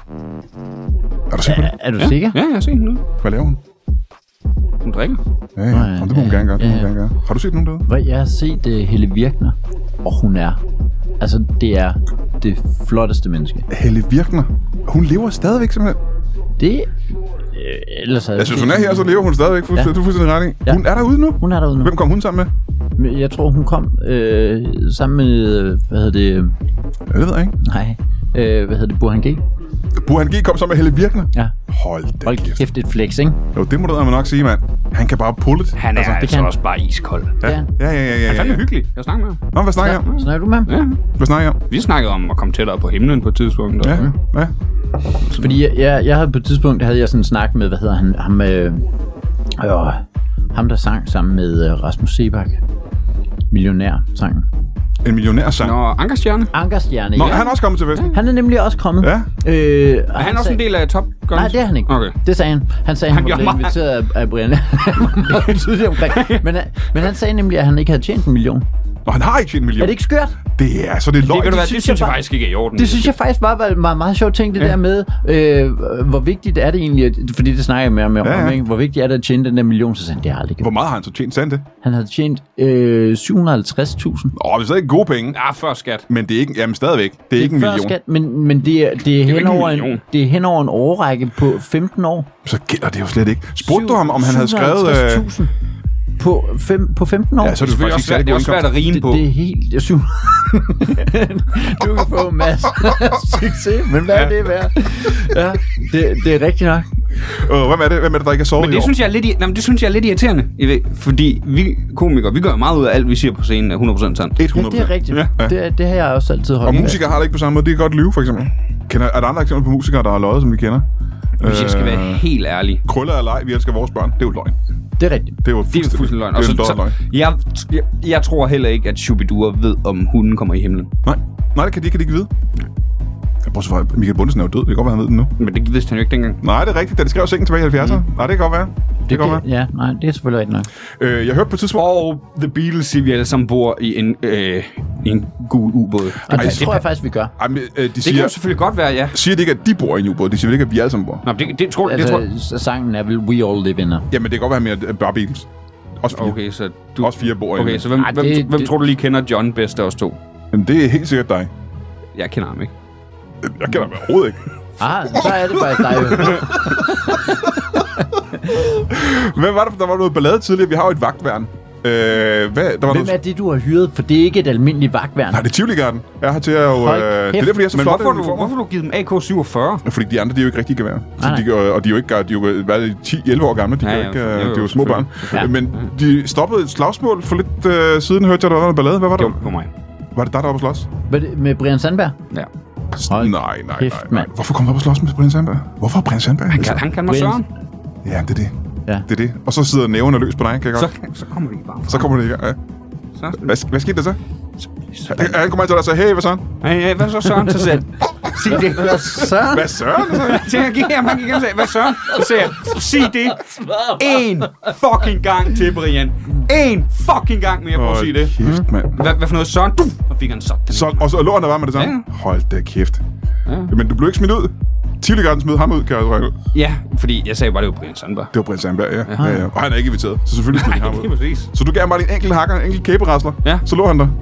A: Er du sikker på
B: Er,
A: det?
B: er du
C: Ja.
B: sikker?
C: Ja, jeg har set hende nu.
A: Hvad laver hun?
C: Hun drikker.
A: Ja, ja.
B: Nå, ja,
A: Nå, det må hun
B: ja,
A: gerne gøre. Det må hun
B: ja.
A: gerne gøre. Har du set nogen derude?
B: Hvad, jeg har set uh, Helle Virkner, og hun er... Altså, det er det flotteste menneske.
A: Helle Virkner. Hun lever stadigvæk simpelthen.
B: Det... Øh, ellers havde
A: Jeg synes, hun er her, så lever hun stadigvæk. Fuldstændig,
B: Ja.
A: Du er fuldstændig ret i.
B: Ja.
A: Hun er derude nu.
B: Hun er derude nu.
A: Hvem kom hun sammen med?
B: Jeg tror, hun kom øh, sammen med... øh, Hvad hedder det?
A: Ja, det ved jeg ikke.
B: Nej. Øh, hvad hedder det? Burhan G?
A: Burhan G kom sammen med Helle Virkner.
B: Ja.
A: Hold da
B: Hold
A: kæft.
B: kæft, et flex, ikke?
A: Jo, det må du nok sige, mand. Han kan bare pulle det.
C: Han er altså,
B: det
C: altså
B: kan-
C: også bare iskold.
A: Ja,
B: Ja.
A: ja, ja, ja. ja,
C: Han er
A: ja,
C: fandme
A: ja.
C: hyggelig. Jeg snakker med ham.
A: Nå, hvad snakker jeg om?
B: Snakker du med ham?
C: Ja.
A: Hvad snakker jeg om?
C: Vi snakkede om at komme tættere på himlen på et tidspunkt.
A: Ja,
C: Og,
A: ja.
B: Fordi jeg, jeg, jeg havde på et tidspunkt, havde jeg sådan en snak med, hvad hedder han, ham, øh, øh, ham der sang sammen med øh, Rasmus Sebak. Millionær-sangen.
A: En millionærsang.
C: Nå, Ankerstjerne.
B: Ankerstjerne,
A: Nå,
B: ja.
A: han er også kommet til festen.
B: Han er nemlig også kommet.
A: Ja.
B: Øh,
C: Er han også en del af Top Gun?
B: Nej, det er han ikke.
C: Okay.
B: Det sagde han. Han sagde, han,
C: Han
B: han var
C: gjorde
B: blevet
C: meget.
B: inviteret af, af Brian. Han var meget tydelig omkring. Men, han- men han sagde nemlig, at han ikke havde tjent en million.
A: Og han har ikke tjent en
B: Er
A: million.
B: det ikke skørt?
A: Det er, så det er
C: Det,
A: løgn.
C: ved du hvad,
B: synes
C: det
B: jeg
C: synes jeg
B: bare-
C: faktisk ikke er i orden.
B: Det synes jeg faktisk bare var en meget, meget sjovt ting, det
C: Ja.
B: der med, øh, hvor vigtigt er det egentlig, at, fordi det snakker jeg med ham om,
A: Ja, ja.
B: ikke? Hvor vigtigt er det at tjene den der million, så sagde han, det har jeg aldrig
A: Hvor
B: gjort.
A: meget har han så tjent? Sandt det?
B: Han havde tjent øh, syv hundrede og halvtreds tusind.
A: Åh, det er stadig gode penge.
C: Ja, før skat.
A: Men det er ikke, jamen stadigvæk. Det er ikke en
B: før
A: million.
B: Skat, men, men det er, det er,
C: jo
B: hen
C: ikke en
B: over en,
C: million.
B: det er hen over en årrække på femten år.
A: Så gælder det jo slet ikke. Spurgte du ham, om han havde skrevet...
B: syv hundrede og halvtreds
A: Øh...
B: tusind på, fem, på femten år.
A: Ja, så er det jo
C: Det er,
A: faktisk
C: også
A: ikke
C: svært,
A: særlig
C: det er
A: god
C: også svært at
A: indkomst.
C: rime
B: det,
C: på.
B: det er helt... Jeg synes, du kan få masser af succes, men hvad er det værd? Ja, det, det er rigtigt nok.
A: Øh, hvem er det, hvem er det, der ikke har sovet
C: Men
A: i
C: det
A: år?
C: synes, jeg er lidt, i- nej, men det synes jeg er lidt irriterende, I ved, fordi vi komikere, vi gør jo meget ud af alt, vi siger på scenen er hundrede procent sandt.
A: hundrede
B: Ja, det er rigtigt.
A: Ja.
B: Ja. Det, det har jeg også altid holdt.
A: Og musikere har det ikke på samme måde. De kan godt lyve, for eksempel. Kender, er der andre eksempler på musikere, der har løjet, som vi kender?
C: Hvis jeg skal være helt ærlig.
A: Krøller er leg, vi elsker vores børn. Det er jo løgn.
B: Det er rigtigt.
A: Det er jo
C: Det er jo fuldstændig løgn.
A: Det
C: Og
A: er
C: så,
A: jo en
C: så,
A: løgn.
C: jeg, jeg, jeg tror heller ikke, at Shubidua ved, om hunden kommer i himlen.
A: Nej, nej, det kan de, kan de ikke vide. Jeg prøver så for, Michael Bundesen er jo død. Det kan godt være, han ved det nu.
C: Men det vidste han jo ikke dengang.
A: Nej, det er rigtigt. Da de skrev sengen tilbage i halvfjerdserne. Mm. Nej, det kan godt være. Det, det kan godt være.
B: Ja, nej, det er selvfølgelig rigtigt nok.
A: Øh, jeg hørte på et tidspunkt...
C: Og The Beatles siger vi alle sammen bor i en, øh, i en gul ubåd.
B: Og det,
A: Ej,
B: tror jeg faktisk, vi gør.
A: Ej, men, øh, de
C: Det kan
A: siger,
C: jo selvfølgelig godt være, ja.
A: siger de ikke, at de bor i en ubåd. De siger vel ikke, at vi alle sammen bor.
C: Nå, det, det, tror, det tror
B: Altså, sangen er vel We All Live In.
A: Jamen, det kan godt være mere øh, bare Beatles. Også fire.
C: Okay, så du...
A: Også fire bor i
C: Okay,
A: en.
C: så hvem,
B: Ej,
C: hvem,
B: det-
C: hvem
B: det-
C: tror du lige kender John bedst af os to?
A: Jamen, det er helt sikkert dig.
C: Jeg kender ham ikke.
A: Jeg kender ham overhovedet ikke.
B: Ah, så er det faktisk dig jo.
A: Hvem var det, der var noget ballade tidligere? Vi har jo et vagtværn. Øh, hvad, der var
B: Hvem
A: noget...
B: er det, du har hyret? For det er ikke et almindeligt vagtværn.
A: Nej, det er Tivoli-garden. Jeg har til at jo...
B: Hold
A: Øh, det er
B: kæft.
A: derfor, de er så
C: Men
A: flotte
C: hvorfor, har du,
A: uniformer.
C: hvorfor har du givet dem A K syvogfyrre?
A: Fordi de andre, de er jo ikke rigtig gevær. Så
B: Nej,
A: de, og de er jo ikke, de er jo hvad er det, ti elleve år gamle. De,
C: Ja,
A: ja,
C: ja,
A: ikke,
C: jo,
A: øh,
C: jo,
A: de er jo små børn.
B: Ja.
A: Men de stoppede et slagsmål for lidt øh, siden, hørte jeg, der var noget ballade. Hvad var det?
C: Jo, på mig.
A: Var det dig, der var på slås?
B: Med, med Brian Sandberg?
C: Ja.
B: Hold
A: Nej, nej,
B: kæft,
A: nej, nej.
B: mand.
A: Hvorfor kom du op og slås med Brian Sandberg? Hvorfor er Brian Sandberg?
C: Han kan, han kan mig
B: Brian-
C: Søren.
A: Ja, det er det.
B: Ja.
A: Det er det. Og så sidder næverne løs på dig, kan jeg
C: Så,
A: godt?
C: så kommer de bare fra.
A: Så kommer det i gang. Ja.
C: Så,
A: Hvad, hvad skete der så? Han, han kommer ind til dig og siger, hey, hvad så?
C: hey, hey, hvad så Søren? Så siger jeg, sig det.
B: Hvad så?
A: Hvad søren?
C: Så jeg gik hjem, han gik hjem og sagde, hvad Søren? Så siger jeg, sig det en fucking gang til, Brian. En fucking gang mere på at sige det.
A: Kæft, mand.
C: Hvad, hvad for noget Søren? Du! Og fik han sådan.
A: Så, og så lå han der var med det samme?
C: Ja.
A: Hold da kæft.
C: Ja.
A: Men du blev ikke smidt ud? Tivoli-garden smed ham ud, kan jeg regne ud.
C: Ja, fordi jeg sagde bare, det var Brian Sandberg.
A: Det var Brian Sandberg, ja. ja, ja. Og han er ikke inviteret, så selvfølgelig smed de ham
C: Nej,
A: ud.
C: det er præcis.
A: Så du gav ham bare en enkelt hakker, en enkelt kæberasler.
C: Ja.
A: Så lå han der.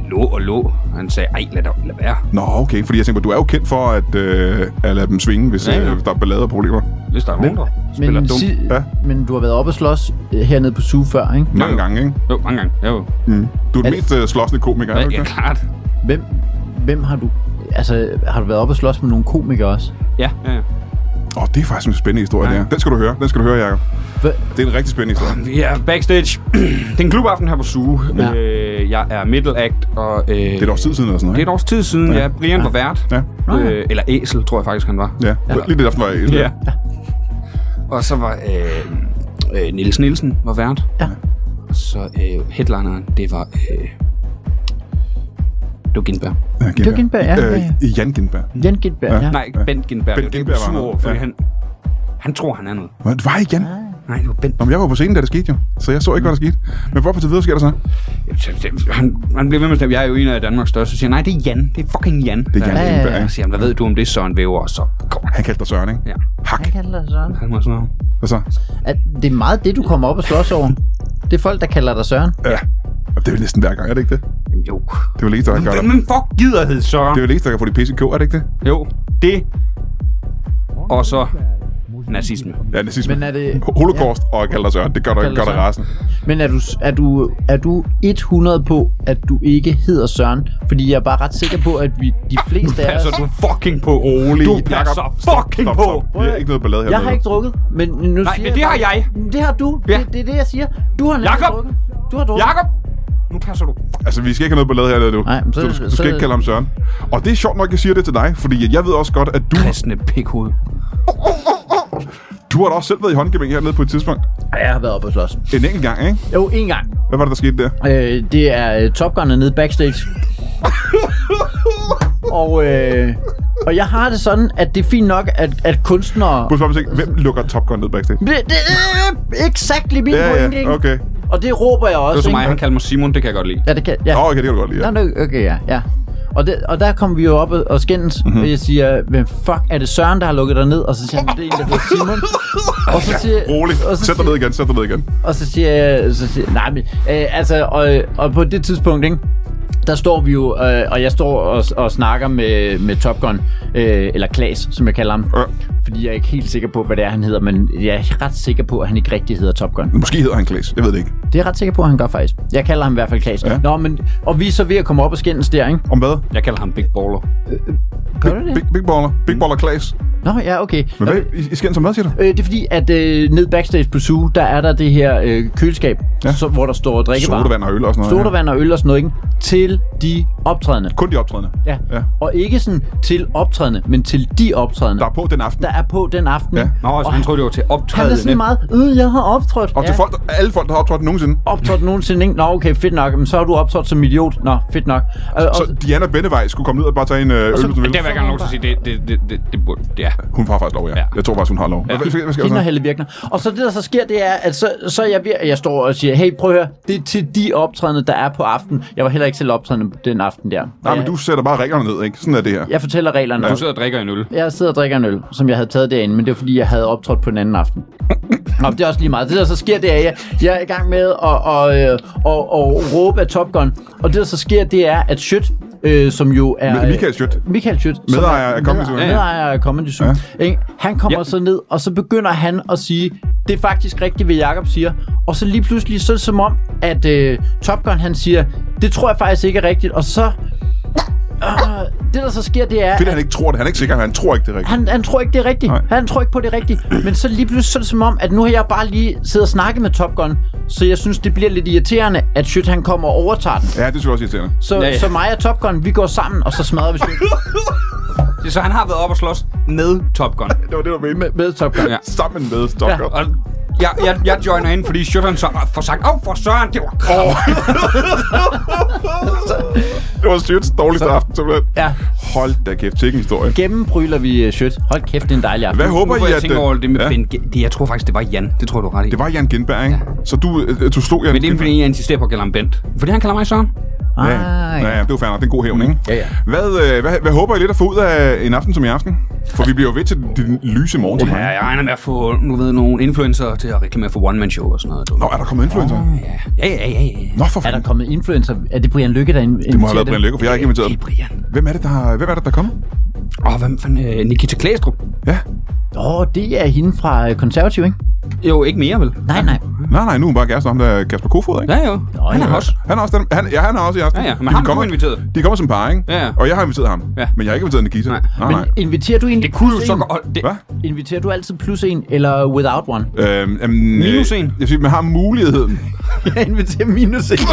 C: lå og lå. Han sagde, ej, lad, lad være.
A: Nå, okay, fordi jeg tænker, du er jo kendt for at, øh, at lade dem svinge, hvis
C: Ja, ja.
A: øh, der er ballade og problemer.
C: Hvis der er nogen, der spiller
B: Men,
C: dumt.
B: si-
A: Ja.
B: men du har været oppe og slås øh, hernede på Zoo før, ikke?
A: Mange
C: Jo.
A: gange, ikke?
C: Jo, mange gange. Jo.
A: Mm. Du er den
B: Er-
A: mest øh, slåsende komiker, er
C: Ja,
A: du
C: ja,
A: ikke?
C: klart.
B: Hvem, hvem har du... Altså, har du været oppe og slås med nogle komikere også?
C: Ja, ja, ja.
A: Åh, oh, det er faktisk en spændende historie,
C: Ja.
A: det her. Den skal du høre, den skal du høre, Jacob.
B: Hva?
A: Det er en rigtig spændende historie.
C: Vi er backstage. Det er en klubaften her på Zoo.
B: Ja.
C: Øh, jeg er middle act, og... Øh,
A: Det er et års tid siden eller sådan
C: Det er
A: noget,
C: et års tid siden, ja. ja. Brian var vært.
A: Ja.
C: Øh, eller Æsel, tror jeg faktisk, han var.
A: Ja, ja. Lige det der, var jeg.
C: Ja. Og så var øh, øh, Niels Nielsen var vært.
B: Ja.
C: Og så øh, headlineren, det var... Øh, det var Gindberg.
A: Ja,
B: Det var Gindberg, ja, ja, ja.
A: Øh, Jan Gindberg.
B: Jan Gindberg, ja. ja.
C: Nej, ikke Bent Gindberg.
A: Bent
C: det
A: Gindberg
C: er
A: var
C: sur
A: noget.
C: over, fordi
A: Ja.
C: han, han tror, han er noget.
A: Hvad, det var ikke Jan?
C: Nej, det var Bent.
A: Nå, men jeg var på scenen, da det skete jo, så jeg så ikke, hvad der skete. Men hvorfor til videre sker der så?
C: Han, han bliver ved med at sige, jeg er jo en af Danmarks største. Så siger han, nej, det er Jan. Det er fucking Jan.
A: Det er Jan
B: Ja, ja, ja.
A: Gindberg,
C: Så
A: ikke?
C: siger han, hvad ved du om det, Søren Væver? Og så kommer han.
A: Han kaldte dig Søren, ikke?
C: Ja,
A: Hak.
B: Jeg kalder dig Søren.
C: han må sådan noget.
A: Hvad så?
B: At det er meget det, du kommer op og slås over. Det er folk, der kalder dig Søren.
A: Ja. Det er jo næsten hver gang, er det ikke det?
C: Jamen, jo.
A: Det er vel ikke, der kan gøre det.
C: Men fuck gider hed Søren.
A: Det er vel ikke, der kan få de pisse i kog, er det ikke det?
C: Jo, det. Og så nazisme.
A: Ja, nazisme.
B: Men er det...
A: Holocaust og at kalde dig Søren, det gør dig,
B: Kalder
A: gør dig
B: Søren.
A: rasen.
B: Men er du, er, du, er du hundrede på, at du ikke hedder Søren? Fordi jeg er bare ret sikker på, at vi, de fleste af os...
C: Passer du fucking på.
A: Rolig.
C: Du passer fucking på.
A: Vi har ikke noget ballade her.
B: Jeg har ikke drukket, men nu
C: Nej,
B: siger
C: men det har
B: bare-
C: jeg.
B: Det har du.
C: Ja.
B: Det, det er det, jeg siger. Du har nemlig
C: Jakob!
B: drukket. Du har drukket.
C: Jakob! Nu passer du.
A: Altså, vi skal ikke have noget ballade her, nu.
B: Nej, men så-
A: så, du, du
B: så-
A: skal ikke kalde ham Søren. Og det er sjovt nok, jeg siger det til dig, fordi jeg ved også godt, at du,
C: Kristne pikhoved.
A: du har da også selv været i håndgivning hernede på et tidspunkt.
B: Ja, jeg har været oppe og slås.
A: En enkelt gang, ikke?
B: Jo, en gang.
A: Hvad var det, der skete der?
B: Øh, det er uh, Top Gun nede backstage. og, øh, og jeg har det sådan, at det er fint nok, at, at kunstnere...
A: Du spørger mig ikke, hvem lukker Top Gun ned backstage?
B: Det, det er exakt min
A: Ja,
B: pointe,
A: ja,
B: ikke?
A: okay.
B: Og det råber jeg også,
C: Det er så mig,
B: ikke?
C: han kalder mig Simon, det kan jeg godt lide.
B: Ja, det kan... Ja.
A: Åh, okay, det kan du godt lide, ja.
B: Nå, no, okay, ja, ja. Og, det, og der kom vi jo op og, og skændes, mm-hmm. og jeg siger, hvem fuck er det Søren, der har lukket dig ned? Og så siger han, det er en, der hedder Simon. Og så siger,
A: Rolig.
B: og så
A: Sæt dig
B: siger-
A: ned igen, sæt dig ned igen.
B: Og så siger jeg, så siger, nej, men, øh, altså, og, og på det tidspunkt, ikke, der står vi jo, øh, og jeg står og, og snakker med, med Top Gun, øh, eller Klaas, som jeg kalder ham.
A: Ja.
B: Fordi jeg er ikke helt sikker på, hvad det er, han hedder, men jeg er ret sikker på, at han ikke rigtig hedder Top Gun.
A: Måske hedder han Klaas, jeg ved det ikke.
B: Det er jeg ret sikker på, at han gør faktisk. Jeg kalder ham i hvert fald Klaas.
A: Ja.
B: Nå, men, og vi er så ved at komme op og skændes der, ikke?
A: Om hvad?
C: Jeg kalder ham Big Baller.
B: Gør du det?
A: Big, big Baller. Big Baller Klaas.
B: Nå, ja, okay.
A: Men
B: Nå,
A: hvad? I, I skændes som hvad, siger du?
B: Øh, det er fordi, at øh, ned backstage på Zoo, der er der det her øh, køleskab,
A: Ja.
B: ja. så, hvor der står drikkevarer.
A: Sodavand og øl og sådan noget.
B: Sodavand og øl og sådan noget, ikke? Til de optrædende.
A: Ja. Kun de optrædende.
B: Ja.
A: Ja.
B: Og ikke sådan til optrædende, men til de optrædende,
A: Der er på den aften.
B: der er på den aften.
A: Ja.
C: Nå, altså,
B: Og
C: han troede, det var til
B: han er
C: optrædende.
B: sådan meget, øh, jeg har optrådt.
A: Og til folk, der, alle folk, der har optrådt nogensinde.
B: Optrådt nogensinde, ikke? Nå, okay, fedt nok. Men så har du optrådt som idiot. Nå, fedt nok. Og, og,
A: Så Diana Bennevej skulle komme ned og bare tage en øh, øl,
B: så-
A: hvis du
C: Men
A: vil.
C: det vil jeg gerne lov til at sige, det, det, det, det, det burde, ja.
A: Hun har faktisk lov, ja.
C: Ja.
A: Jeg tror faktisk, hun har lov. Hvad, hvad, hvad skal
B: Hende og
A: jeg så?
B: Helle Virkner. Og så det, der så sker, det er, at så, så jeg, ved- jeg står og siger, hey, prøv at høre, det er til de optrædende, der er på aften. Jeg var heller ikke selv optrædende den aften der.
A: Nej, men
B: jeg,
A: du sætter bare reglerne ned, ikke? Sådan er det her.
B: jeg fortæller reglerne.
C: Du sidder og drikker en øl.
B: Jeg sidder og drikker en øl, som jeg havde taget derinde, men det var fordi, jeg havde optrådt på en anden aften. Nå, det er også lige meget. Det der så sker, det er, at jeg, jeg er i gang med at og, øh, og, og råbe af Top Gun. Og det der så sker, det er, at Schødt, øh, som jo er...
A: Men Michael Schødt.
B: Michael Schødt. som
A: Medejer
B: er-
A: af Comedy Zoo.
B: medejer-
C: Ja, ja.
B: Medejer af Comedy Zoo. Ja. Han kommer
C: Ja.
B: så ned, og så begynder han at sige, det er faktisk rigtigt, hvad Jacob siger. Og så lige pludselig, så er det som om, at øh, Top Gun, han siger, det tror jeg faktisk ikke er rigtigt. Og så... Øh, det der så sker, det er...
A: Fedt, at
B: at-
A: han ikke tror det. Han er ikke sikker, han tror ikke det er rigtigt.
B: han, han tror ikke, det er rigtigt.
A: Nej.
B: Han tror ikke på, det er rigtigt. Men så lige pludselig så er det som om, at nu har jeg bare lige siddet og snakket med Top Gun, så jeg synes, det bliver lidt irriterende, at Schødt han kommer og overtager den.
A: Ja, det synes jeg også er irriterende.
B: Så,
C: Ja,
B: ja,
C: ja.
B: ja. så mig og Top Gun, vi går sammen, og så smadrer vi Schødt
C: Det er så, han har været op og slås med Top Gun.
A: Det var det, du mente.
B: med, med Top Gun.
C: Ja.
A: Sammen med Top
B: Ja.
A: Gun.
C: Og jeg, jeg, jeg joiner ind, fordi Sjøtteren så får sagt, åh, for søren, det var krav.
A: Det var Schødts dårligste aften, simpelthen.
B: Ja.
A: Hold da kæft, sikke en historie.
B: Gennembryler vi uh, Schødt. Hold kæft, det er en dejlig aften.
A: Hvad håber
C: Nu hvor
A: I,
C: jeg
A: at...
C: tænker over det med
A: ja,
C: Ben Ge- det, jeg tror faktisk, det var Jan. Det tror du er ret i.
A: det var Jan Gindberg, ikke? Så du, øh, du slog Jan
C: Men det er
A: Gindberg.
C: fordi, jeg insisterer på at kalde ham Bent. Fordi han kalder mig Søren.
B: Ah,
A: ja,
B: ja.
A: ja, det var fair nok. Det er en god hævn, ikke?
B: Ja, ja.
A: Hvad, øh, hvad, hvad håber I lidt at få ud af en aften som i aften? For vi bliver jo ved til den lyse morgen.
C: Ja, jeg regner med at få, nu ved, nogle influencer til at reklamere for one-man-show og sådan noget. Du.
A: Nå, er der kommet influencer?
C: Oh, ja. Ja, ja, ja, ja.
A: Nå, for
B: Er der
A: fanden.
B: kommet influencer? Er det Brian Lykke, der inviterer
A: Det må have været Brian Lykke, for jeg har ikke inviteret.
C: Det er Brian.
A: Hvem er det, der har, hvem er det, der er kommet?
C: Åh, oh, hvem fanden? Øh, Nikita Klæstrup.
A: Ja.
B: Åh, oh, det er hende fra Konservativ, ikke?
C: Jo, ikke mere, vel?
B: Nej, nej.
A: Nej, nej, nu er hun bare kæreste om der Kasper Kofod, ikke?
C: Ja, jo.
B: Nå,
C: Han er
B: ja.
C: også.
A: Han er også den, han, ja, han er også i aften.
C: Ja, ja, men
A: De
C: ham
A: kommer-
C: er du inviteret.
A: De kommer som par, ikke?
C: Ja, ja.
A: Og jeg har inviteret ham.
C: Ja.
A: Men jeg har ikke inviteret Nikita.
C: Nej.
A: nej.
B: Men
A: nej.
B: inviterer du en
C: Det kunne
B: plus
C: du så
B: en?
C: godt... Det,
A: Hvad?
B: Inviterer du altid plus en, eller without one?
A: Øhm, øhm,
C: Minus en.
A: øh, Jeg siger, man har muligheden.
B: Jeg inviterer minus en.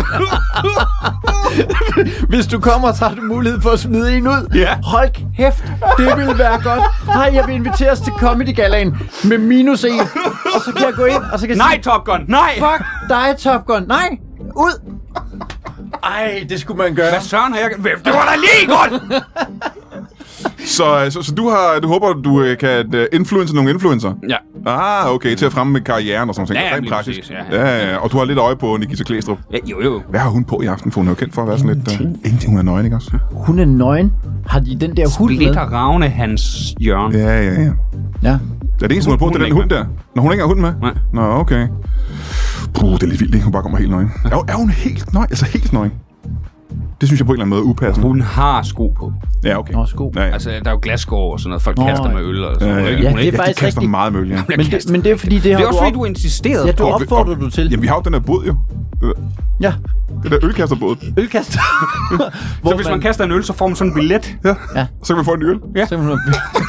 B: Hvis du kommer, så har du mulighed for at smide en ud.
C: Ja.
B: Hold kæft, det ville være godt. Nej, jeg vil invitere os til Comedy Galaen med minus en. Og så kan jeg gå ind, og så kan jeg
C: nej,
B: sige,
C: Top Gun, nej!
B: fuck dig, Top Gun. Nej, ud. Ej, det skulle man gøre.
C: Hvad søren har jeg... Det var da lige godt!
A: Så, så, så du, har, du håber, du øh, kan øh, influence nogle influencer?
C: Ja.
A: Ah, okay, til at fremme med karrieren og sådan noget.
C: Ja, ja,
A: Rent
C: lige
A: praktisk.
C: præcis, ja, ja.
A: Ja, ja, og du har lidt øje på Nikita Klæstrup.
C: Ja, jo, jo.
A: Hvad har hun på i aften? For hun er jo kendt for at være sådan lidt... Uh, ingenting, hun er nøgen, ikke også?
B: Hun er nøgen. Har de den der hund med?
C: Splitter Ravne hans hjørne.
A: Ja, ja, ja.
B: Ja.
A: Er det eneste, hun har på,
C: Hun
A: det er
C: er
A: den
C: ikke
A: hund der? Når hun ikke har hund med?
C: Nej.
A: Nå, okay. Puh, det er lidt vildt, ikke? Hun bare kommer helt nøgen. Er, er hun helt nøgen? Altså helt nøgen? Det synes jeg på en eller anden måde er upassende.
C: Hun har sko på.
A: Ja, okay.
B: Nå, sko.
A: Ja, ja.
C: Altså, der er jo glasskår og sådan noget. Folk
B: Nå,
C: kaster med øl og sådan
A: Ja,
C: noget.
A: ja.
C: Ikke?
B: Ja,
C: Hun
B: det er
C: ikke-
B: faktisk
A: de kaster
B: rigtigt.
A: meget med øl, ja.
C: bliver
B: Men det,
C: kastet.
B: men det er fordi, det
C: Det
B: har
C: er også
B: du
C: fordi,
B: op...
C: du insisterede
B: Ja, du
C: på.
B: opfordrer du til.
A: Jamen, vi har jo den der båd, jo.
B: Ja,
A: Det der ølkasterbåd.
B: ølkast.
C: Så hvis man kaster en øl, så får man sådan en billet.
A: Ja.
B: Ja.
A: Så kan man få en ny øl.
C: Ja.
B: Så kan man...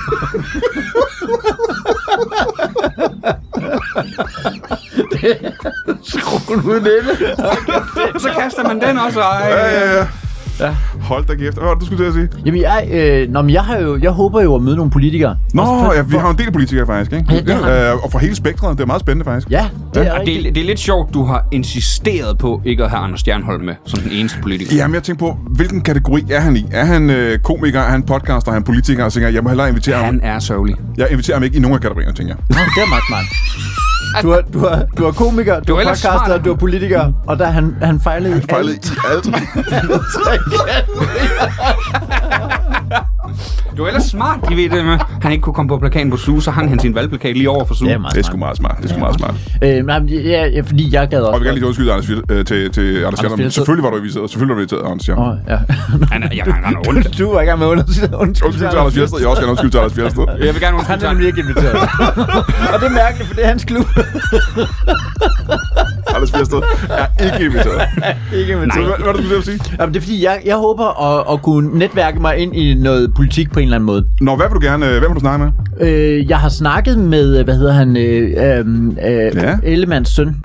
B: Skruen ud nede.
C: Så kaster man den også. Ej.
A: Ja, ja, ja.
B: Ja.
A: Hold da kæft. Hvad var det, du skulle til at sige?
B: Jamen, jeg, øh, nå, men jeg, har jo, jeg håber jo at møde nogle politikere.
A: Nå,
B: Også for-
A: ja, vi har jo en del politikere faktisk, ikke?
B: Ja, det har vi.
A: Øh, og fra hele spektret. Det er meget spændende faktisk.
B: Ja, det er
C: Og
B: rigtigt.
C: det, er, det er lidt sjovt, du har insisteret på ikke at have Anders Stjernholm med som den eneste politiker.
A: Jamen, jeg tænker på, hvilken kategori er han i? Er han øh, komiker, er han podcaster, er han politiker? Og så tænker jeg, jeg må hellere invitere ham.
C: Han er sørgelig.
A: Jeg inviterer ham ikke i nogen af kategorierne, tænker jeg.
B: Nå, det er meget smart. Du er, du er, du er komiker, du
C: er
B: er
C: ellers
B: podcaster,
C: smart.
B: du er politiker, og der han, han fejlede
A: Han
B: i
A: fejlede
B: alt.
A: i alt.
C: Du er ellers smart, de ved det med. Han ikke kunne komme på plakaten på Suge, så hang han sin valgplakat lige over for Suge.
B: Det er meget
A: Det er sgu meget smart. Det er sgu meget smart.
B: Øh, nej, men ja, ja, fordi jeg gad også.
A: Og vi kan lige undskylde Anders, Fjell- øh, til, til Anders Stjernholm.
B: Fjeldsted.
A: Selvfølgelig var du inviteret. Selvfølgelig var du inviteret, Anders Stjernholm.
B: Åh, ja.
C: Han er, jeg render rundt.
B: Du var i gang med at undskylde.
A: Undskyld til Anders Fjeldsted. Jeg også gerne undskyld til Anders Fjeldsted.
C: Jeg vil gerne
B: Han
C: undskylde
B: er
C: til
B: nemlig ikke inviteret. Og det er mærkeligt, for det er hans klub.
A: Anders Fjeldsted er ikke inviteret.
B: Ikke
A: Så
B: inviteret.
A: hvad, hvad er det, du skulle til at sige?
B: Jamen, det er fordi, jeg, jeg håber at, at kunne netværke mig ind i noget politik på en eller anden måde.
A: Nå, hvad vil du gerne... Hvem vil du snakke med?
B: Øh, jeg har snakket med, hvad hedder han, øh, øh,
A: Ja.
B: Ellemanns søn.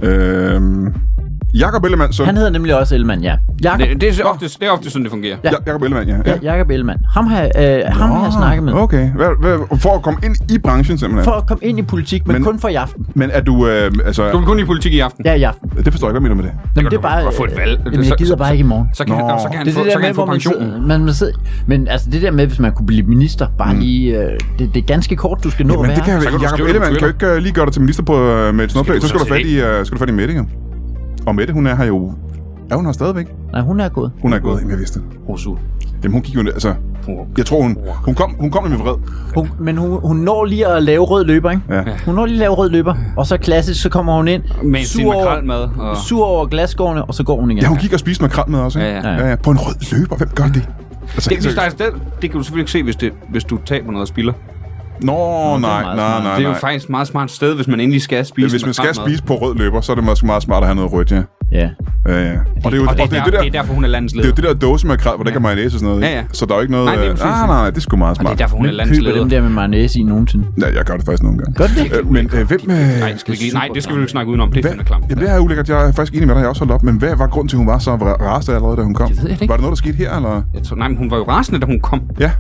A: Øhm... Jakob Ellemann, søn.
B: Han hedder nemlig også Ellemann, ja. Jakob,
C: Det, det, er ofte, det er ofte sådan, det fungerer.
B: Ja.
A: Ja, Jakob Ellemann, ja.
B: ja, Jakob Ellemann. Ham har, øh, ham har jeg snakket med.
A: Okay. Hvad, hvad, for at komme ind i branchen, simpelthen.
B: For at komme ind i politik, men,
A: Men-
B: kun for i aften.
A: Men er du... Øh, altså...
C: Du vil kun i politik i aften.
B: Ja, i aften.
A: Det forstår jeg ikke, hvad mener du med det.
B: Jamen, det er
C: du
B: bare...
C: godt få et valg.
B: Jamen, jeg
C: Så-
B: gider
C: så-
B: bare ikke i morgen.
C: Så kan,
A: Nå.
C: han, så kan han
B: Det er
C: få,
B: det
C: så
B: der
C: kan
B: med,
C: han få
B: hvor man
C: pensionen.
B: sidder, man, man sidder, men altså det der med, hvis man kunne blive minister, bare
A: Mm.
B: lige, øh, det, det er ganske kort, du skal nå
A: Men
B: at være.
A: det kan
C: Så
A: jeg
C: kan du
A: Jakob
C: skrive det på
A: Ellemann kan jo ikke øh, lige gøre dig til minister på, øh, med et snuplag.
C: du
A: Så skal
C: så
A: du fat
C: se
A: i, uh, skal du fat i Mette, jo. Og Mette, hun er her jo... Er hun her stadigvæk?
B: Nej, hun er gået.
A: Hun er gået, jamen jeg vidste det.
C: Rosu.
A: Jamen hun gik jo... Altså, jeg tror hun... Hun kom, hun kom med vred.
B: Hun, men hun, hun når lige at lave rød løber, ikke?
A: Ja.
B: Hun når lige at lave rød løber, og så klassisk, så kommer hun ind,
C: Med sin
B: sur over,
C: makrelmad. Og...
B: sur over glasskårene, og så går hun igen.
A: Ja, hun gik og spiste makrel med også, ikke?
C: Ja, ja.
A: ja, ja. På en rød løber. Hvem gør det? Altså,
C: Det,
A: helt
C: hvis der er
A: seriøst.
C: sted, det kan du selvfølgelig ikke se, hvis, det, hvis du taber noget og spilder.
A: Nå, nej,
B: meget
A: nej,
B: smart.
A: nej,
C: Det er jo
A: nej.
C: faktisk et meget smart sted, hvis man endelig skal spise
A: Hvis man skal
C: makrelmad.
A: spise på rød løber, så er det måske meget smart at have noget rødt, ja.
B: Ja.
A: Ja, ja. Og det er jo
C: Og det er,
A: og det, er
C: der,
A: det, der,
C: det er derfor, hun er landets
A: det er
C: leder.
A: jo det der dåse makrel, hvor der ikke er mayonnaise og sådan noget,
C: Ja,
A: ikke?
C: ja.
A: Så der er jo ikke noget...
C: Nej, det er
A: øh,
C: præcis.
A: nej, nej, nej, det er sgu meget
C: Og det er
A: smart.
C: derfor, hun er
B: Hvem
C: landets
B: køber
C: leder.
B: dem der med mayonnaise i nogensinde?
A: Ja, jeg gør det faktisk nogle gange.
B: Gør det ikke?
A: Øh, Men øh, hvem... Øh,
C: Nej, det skal vi ikke, nej, det skal vi ikke snakke udenom. Det er
A: Hvad?
C: fandme klamt.
A: Jamen, det er ulækkert. Jeg er faktisk enig med dig. Jeg har også holdt op. Men hvad var grunden til, at hun var så rasende allerede, da hun kom?
C: Det ved jeg ikke.
A: Var det noget, der skete her, eller?
C: Jeg tror, nej, men hun var jo rasende, da hun kom.
A: Ja,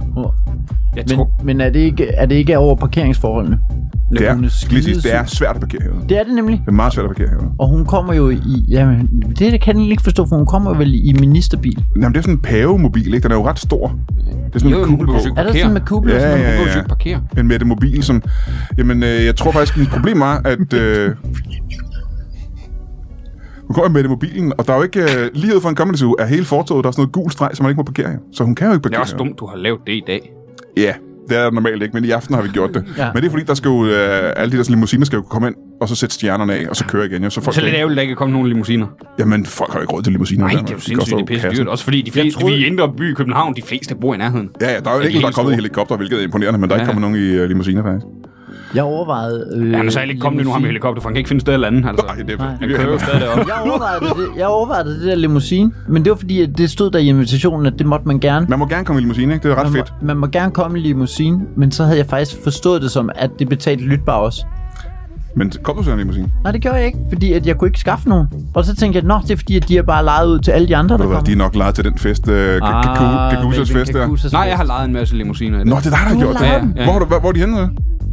C: Jeg
B: Men,
C: tror,
B: men er, det ikke, er det ikke over parkeringsforholdene?
A: det er,
B: hun er
A: skal lige sige, det er
B: skidesur.
A: svært at parkere herude.
B: Det er det nemlig.
A: Det er meget svært at parkere herude.
B: Og hun kommer jo i... Jamen, det kan jeg ikke forstå, for hun kommer vel i ministerbil.
A: Jamen, det er sådan en pavemobil, ikke? Den er jo ret stor. Det er sådan
C: Jo,
A: en
C: hun
A: kugle på.
C: behøver ikke
B: Er der sådan med kugle? og
A: Ja,
B: sådan noget?
A: ja,
C: hun
A: ja.
C: kunne jo ikke parkere.
A: Men med det mobil, som... Jamen, øh, jeg tror faktisk, at mit problem var, at... Øh, Hun kommer med det i mobilen, og der er jo ikke... Uh, lige ud for en Comedy Zoo er hele fortovet, der er sådan noget gul streg, som man ikke må parkere her. Så hun kan jo ikke parkere.
C: Det er også dumt, du har lavet det i dag.
A: Ja, det er normalt ikke, men i aften har vi gjort det.
B: Ja.
A: Men det er fordi, der skal jo... Uh, alle de der limousiner skal jo komme ind, og så sætte stjernerne af, og så køre igen. Ja, så folk
C: Så lidt ærgerligt, der ikke kommer nogen limousiner.
A: Jamen, folk har jo ikke råd til limousiner.
C: Nej, det er jo sindssygt, det er pisse dyrt. Også fordi de fleste, troede... vi er indre by i København, de fleste bor i nærheden.
A: Ja, ja, der er jo ikke der er kommet i helikopter, hvilket er imponerende, men der er ikke kommet nogen i uh, limousiner, faktisk.
B: Jeg overvejede... Øh,
C: ja, men så er ikke kommet nu ham i helikopter, for han kan ikke finde sted eller andet. Altså.
A: Nej, det er
C: han kører jo stadig deroppe.
B: Jeg overvejede det, jeg overvejede det der limousine, men det var fordi, at det stod der i invitationen, at det måtte man gerne.
A: Man må gerne komme i limousine, ikke? Det er ret
B: man
A: fedt.
B: Må, man må gerne komme i limousine, men så havde jeg faktisk forstået det som, at det betalte lytbar også.
A: Men kom du så i en limousine?
B: Nej, det gjorde jeg ikke, fordi at jeg kunne ikke skaffe nogen. Og så tænkte jeg, nå, det er fordi, at de er bare lejet ud til alle de andre, der kommer.
A: De er nok lejet til den fest, uh, Kagusas fest der.
C: Nej, jeg har lejet en masse limousiner.
A: Nå, det er dig, der har gjort det. Ja, ja. Hvor, hvor, hvor er de henne?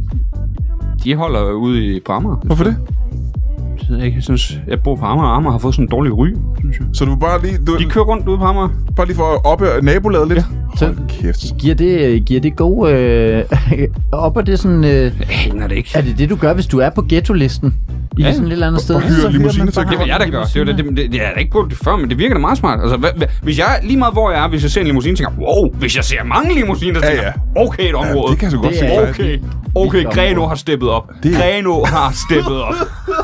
C: De holder ude i på Amager.
A: Hvorfor det?
C: Jeg synes, jeg bor på Amager, og Amager har fået sådan en dårlig ry, synes jeg.
A: Så du bare lige... Du,
C: de kører rundt ude på Amager.
A: Bare lige for at oppe nabolaget lidt?
B: Ja.
A: Hold kæft.
B: Giver det, giver det god... Øh, op, og det sådan... Øh,
C: jeg aner det ikke.
B: Er det det, du gør, hvis du er på ghetto-listen? I ja. sådan et eller andet sted?
A: Og hyrer limousiner til at
C: Det vil jeg da gøre. Det, det, det, det, jeg har da ikke prøvet det før, men det virker da meget smart. Altså, hva, hva, hvis jeg, lige meget hvor jeg er, hvis jeg ser en limousine, tænker jeg, wow, hvis jeg ser mange limousiner, tænker jeg, ja, ja. okay et område.
A: Ja, det kan jeg så godt se.
C: Okay, okay, Greno har steppet op. Det... Greno har steppet op.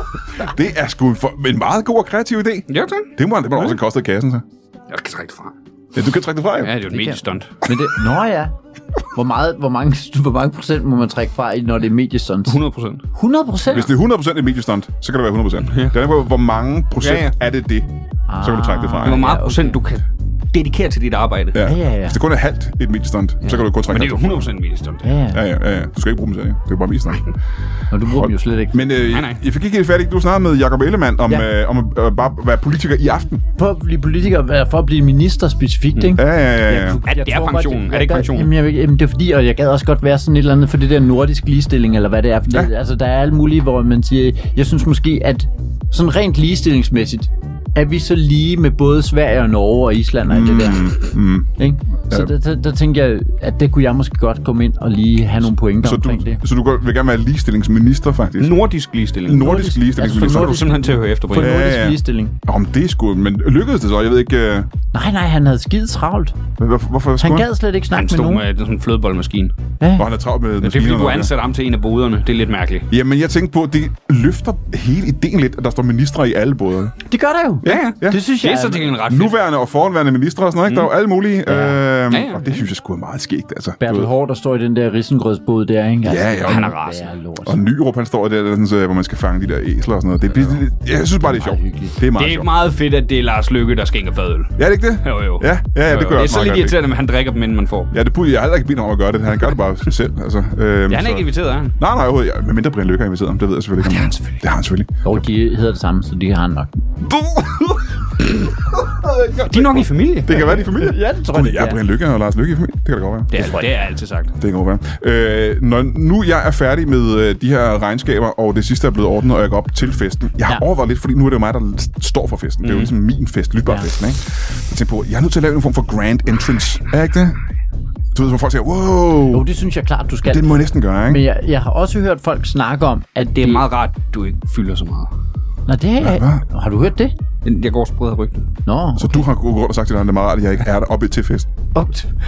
A: Det er sgu for, en meget god og kreativ idé.
C: Ja, tak.
A: Det må, det må også koste kassen, så.
C: Jeg kan trække det fra.
A: Ja, du kan trække det fra, jo.
C: Ja, det er jo et mediestunt.
B: Men det, nå ja. Hvor, meget, hvor, mange, hvor mange procent må man trække fra, når det er mediestunt?
C: hundrede procent.
B: hundrede procent?
A: Hvis det er hundrede procent et mediestunt, så kan det være hundrede procent. Ja. Det er på, hvor mange procent ja, ja. er det det, ah, så kan du trække det fra.
C: Hvor meget procent ja, okay. du kan dedikere til dit arbejde.
A: Ja.
B: Ja, ja, ja.
A: Hvis det kun er halvt et mediestunt, ja. så kan du kun trække det fra.
C: Men det er jo hundrede procent mediestunt.
B: Ja, ja.
A: Ja, ja, ja. Du skal ikke bruge dem selv, det er bare mediestunt.
B: Og du bruger dem jo slet ikke.
A: Men øh, nej, nej. jeg fik ikke helt færdigt. Du snakkede med Jakob Ellemann om, ja. øh, om at øh, bare være politiker i aften.
B: For at blive politiker, for at blive minister specifikt,
A: mm.
B: ikke?
A: Ja, ja, ja. ja.
C: Jeg, jeg, jeg det er pensionen. Er det ikke pensionen?
B: Jamen, jeg, jamen, det er fordi, og jeg gad også godt være sådan et eller andet for det der nordisk ligestilling, eller hvad det er. For det, ja. altså, der er alle mulige, hvor man siger, jeg synes måske, at sådan rent ligestillingsmæssigt, er vi så lige med både Sverige og Norge og Island og mm, det der. Mm. Ikke? Så ja. der, der, der tænker jeg, at det kunne jeg måske godt komme ind og lige have nogle pointer
A: så
B: omkring
A: du,
B: det.
A: Så du vil gerne være ligestillingsminister, faktisk?
C: Nordisk ligestilling.
A: Nordisk, Nordisk ligestillingsminister.
C: Altså, så er du simpelthen til at høre efter,
B: For nordisk ja, ja. ligestilling.
A: Om det skulle, men lykkedes det så? Jeg ved ikke... Uh...
B: Nej, nej, han havde skide travlt.
A: Hvorfor, hvorfor
B: han gad slet ikke snakke med nogen.
C: Han stod med sådan en flødeboldmaskine.
B: Ja.
A: Og han er travlt med
C: maskinerne. Det er fordi, du ansætter ham til en af boderne. Det er lidt mærkeligt.
A: Jamen, jeg tænkte på, at det løfter hele ideen lidt, at der står ministre i alle boder.
B: Det gør der jo.
A: Ja, ja.
B: Det synes jeg
C: det er så til en ret fedt.
A: Nuværende og foranværende ministre og sådan noget, ikke? Mm. Der er jo alle mulige.
B: Ja.
A: Øhm,
C: ja, ja.
A: Og det synes jeg sgu er meget skægt, altså.
B: Bertel Hård, der står i den der risengrødsbåd der, ikke?
A: Altså, ja, ja.
C: Han er rasende.
A: Og Nyrup, han står der, der sådan, så, hvor man skal fange de der æsler og sådan noget. Det, det, det, jeg synes bare, det er sjovt. Det er meget
C: Det er
A: sjovt.
C: meget fedt, at det er Lars Løkke, der skænker fadøl.
A: Ja, det ikke det?
C: Jo, jo.
A: Ja, ja, ja det gør
C: Det er så lidt irriterende, at han drikker dem, inden man får.
A: Ja, det burde jeg heller ikke bedt ham om at gøre det. Han gør det bare selv, altså. Øhm,
C: ja, han er ikke inviteret, er han?
A: Nej, nej, overhovedet. Ja, men mindre Brian Løkke har inviteret ham, det ved jeg selvfølgelig ikke.
C: Det har han selvfølgelig.
A: Det har han selvfølgelig.
B: Jo, de hedder det samme, så de har han nok.
C: De er nok i familie.
A: Det kan være, de er i familie.
B: Ja, det tror jeg.
A: Ja, Brian Lykke og Lars Lykke i familie. Det kan det godt være.
C: Det er, det er altid sagt.
A: Det kan godt være. Øh, når nu jeg er færdig med øh, de her regnskaber, og det sidste er blevet ordnet, og jeg går op til festen. Jeg har ja. overvejet lidt, fordi nu er det jo mig, der står for festen. Mm. Det er jo ligesom min fest, lytbarfesten, ja. ikke? Jeg tænker på, jeg er nødt til at lave en form for grand entrance. Er ikke det? Du ved, hvor folk siger, wow.
B: Jo, det synes jeg klart, du skal.
A: Det må jeg næsten gøre, ikke?
B: Men jeg, jeg har også hørt folk snakke om, at det...
C: Det er meget rart, du ikke fylder så meget.
B: Nå, det har jeg... Ja, har du hørt det?
C: Jeg går og spreder rygtet.
B: Nå, okay.
A: Så du har gået rundt og sagt til dig, at det er meget rart, at jeg ikke er der oppe til fest.
B: Oh.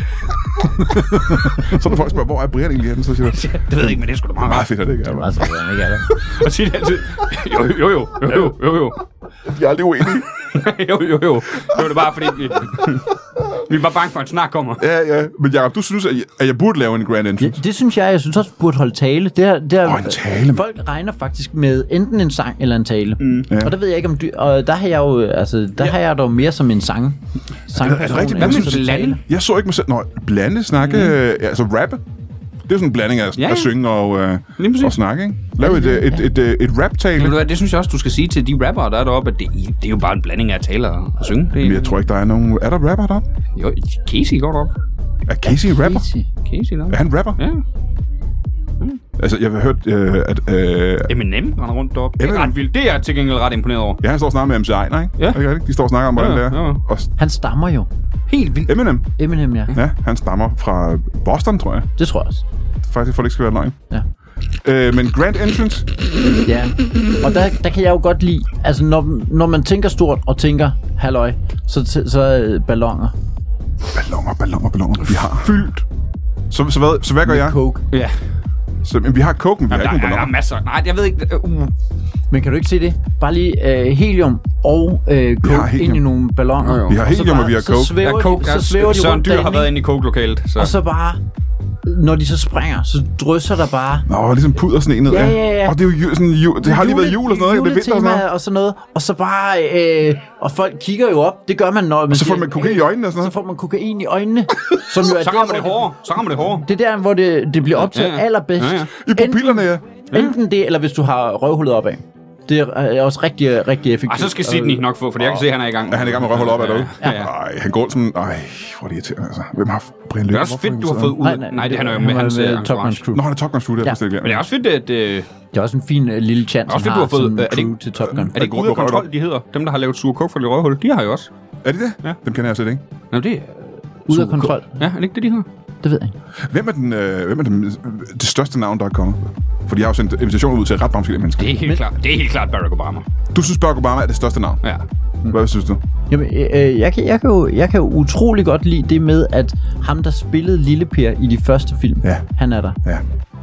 A: Så når folk spørger, hvor er Brian egentlig henne, så siger du...
C: Det ved jeg ikke, men det er sgu da meget
A: meget fedt, at det ikke er der.
B: Det er meget fedt, at han ikke er der.
C: Og sige det altid. Jo, jo, jo, jo, jo, jo, jo.
A: Jeg er aldrig uenig.
C: jo, jo, jo. Det var det bare, fordi vi... Vi er bare bange for, at en snak kommer.
A: Ja, ja. Men Jacob, du synes, at jeg, at jeg burde lave en grand entrance?
B: Det, det synes jeg. Jeg synes også, du burde holde tale. Det er, det er,
A: oh, en tale.
B: Folk regner faktisk med enten en sang eller en tale.
A: Mm. Ja.
B: Og der ved jeg ikke, om du... Og der har jeg jo... Altså, der ja. har jeg dog mere som en sang. sang
A: er, er det rigtigt? Hvad synes du? Blande? Jeg så ikke mig selv... Nå, blande, snakke... Mm. Ja, altså rappe. Det er sådan en blanding af ja, ja. at synge og, øh, og snakke, ikke? Lav et, et, et, et, et rap-tale.
C: Men det synes jeg også, du skal sige til de rappere, der er deroppe, at det, det er jo bare en blanding af at tale og at synge. Det er,
A: men jeg tror ikke, der er nogen... Er der rapper deroppe?
C: Jo, Casey går deroppe.
A: Er Casey en rapper?
B: Casey.
C: Casey deroppe.
A: Er han rapper?
C: Ja.
A: Mm. Altså, jeg har hørt, øh, at... Øh,
C: Eminem render rundt deroppe. Det er ret vildt. Det er jeg til gengæld ret imponeret over.
A: Ja, han står og snakker med M C Einar, ikke?
C: Ja.
A: Okay, de står og snakker om, hvordan
C: ja,
A: det er.
C: Ja.
A: Og
B: han stammer jo.
C: Helt vildt.
A: Eminem?
B: Eminem, ja.
A: Ja, han stammer fra Boston, tror jeg.
B: Det tror jeg også.
A: Faktisk, for det ikke skal være løgn.
B: Ja.
A: Øh, men Grand Entrance?
B: Ja, og der, der kan jeg jo godt lide, altså når, når man tænker stort og tænker, halløj, så, så er balloner.
A: Balloner, balloner, balloner. Vi har fyldt. Så, så, hvad, så hvad gør jeg?
B: Coke.
C: Ja.
A: Så, men vi har coke, men vi
C: Jamen,
A: har
C: der,
A: ikke
C: er,
A: nogen
C: der er
A: balloner.
C: masser. Nej, jeg ved ikke. Uh.
B: Men kan du ikke se det? Bare lige øh, helium og øh, coke ind i nogle balloner.
C: Jo, jo.
A: Vi har helium, og vi har
B: så
A: coke.
B: Svæver
C: Ja,
B: de,
C: coke.
B: så svæver de
C: Søren
B: rundt
C: Dyr har
B: derinde,
C: været
B: ikke?
C: inde i coke-lokalet. Så.
B: Og så bare, når de så springer, så drysser der bare...
A: Nå, ligesom puder sne ned.
B: Ja, ja, ja.
A: Og det er jo ju- sådan, ju- det har lige været jul og sådan noget, ikke? Det er vinter og sådan noget.
B: og sådan noget. Og så bare... Øh, og folk kigger jo op. Det gør man, når man
A: Og så får
B: siger,
A: man kokain i øjnene og sådan
B: Så
A: noget.
B: får man kokain i øjnene. Som jo er
C: Så
B: der,
C: rammer det
B: hvor
C: hårdere. Så rammer det hårdere.
B: Det er der, hvor det, det bliver optaget
C: Ja, ja.
B: allerbedst.
C: Ja, ja.
A: I pupillerne, ja.
B: Enten det, eller hvis du har røvhullet opad. Det er også rigtig, rigtig effektivt.
C: Og så skal Sydney nok få, for jeg kan se, at han er i gang.
A: Er han i gang med røvhullet op af derude?
C: Ja, ja.
A: Ej, han går sådan... Ej, hvor er det irriterende, altså. Hvem har Brian
C: Det
A: Lykke?
C: er også fedt, du har fået ud.
B: Nej, nej,
C: Nej, det han er jo med
B: han
C: hans
B: med
C: øh,
B: Top Gun's
C: entourage.
B: Crew.
A: Nå, han er Top Gun Studio,
B: Ja.
A: jeg ja.
C: Men det er også fedt, at... Øh,
B: Det er også en fin uh, lille chance,
C: Også
B: han
C: fedt, du
B: har
C: har fået-
B: som
C: er det
B: crew
C: ikke-
B: til Top Gun.
C: er det ikke ude af kontrol, de hedder? Dem, der har lavet Sure Coke for det røvhul, de har jo også.
A: Er det det?
C: Ja.
A: Dem kender jeg slet ikke.
C: Nå, det er...
B: Ude af kontrol.
C: Ja, er det ikke det, de hedder?
B: Det ved jeg ikke.
A: Hvem er, den, øh, hvem er den, det største navn, der er kommet? For de har jo sendt invitationer ud til ret mange forskellige mennesker.
C: Det er helt
B: Men-
C: klart. Det er helt klart Barack Obama.
A: Du synes, Barack Obama er det største navn?
C: Ja.
A: Hvad synes du?
B: Jamen, øh, jeg, kan, jeg, kan jo, jeg kan jo utrolig godt lide det med, at ham, der spillede Lille Per i de første film,
A: Ja.
B: han er der.
A: Ja.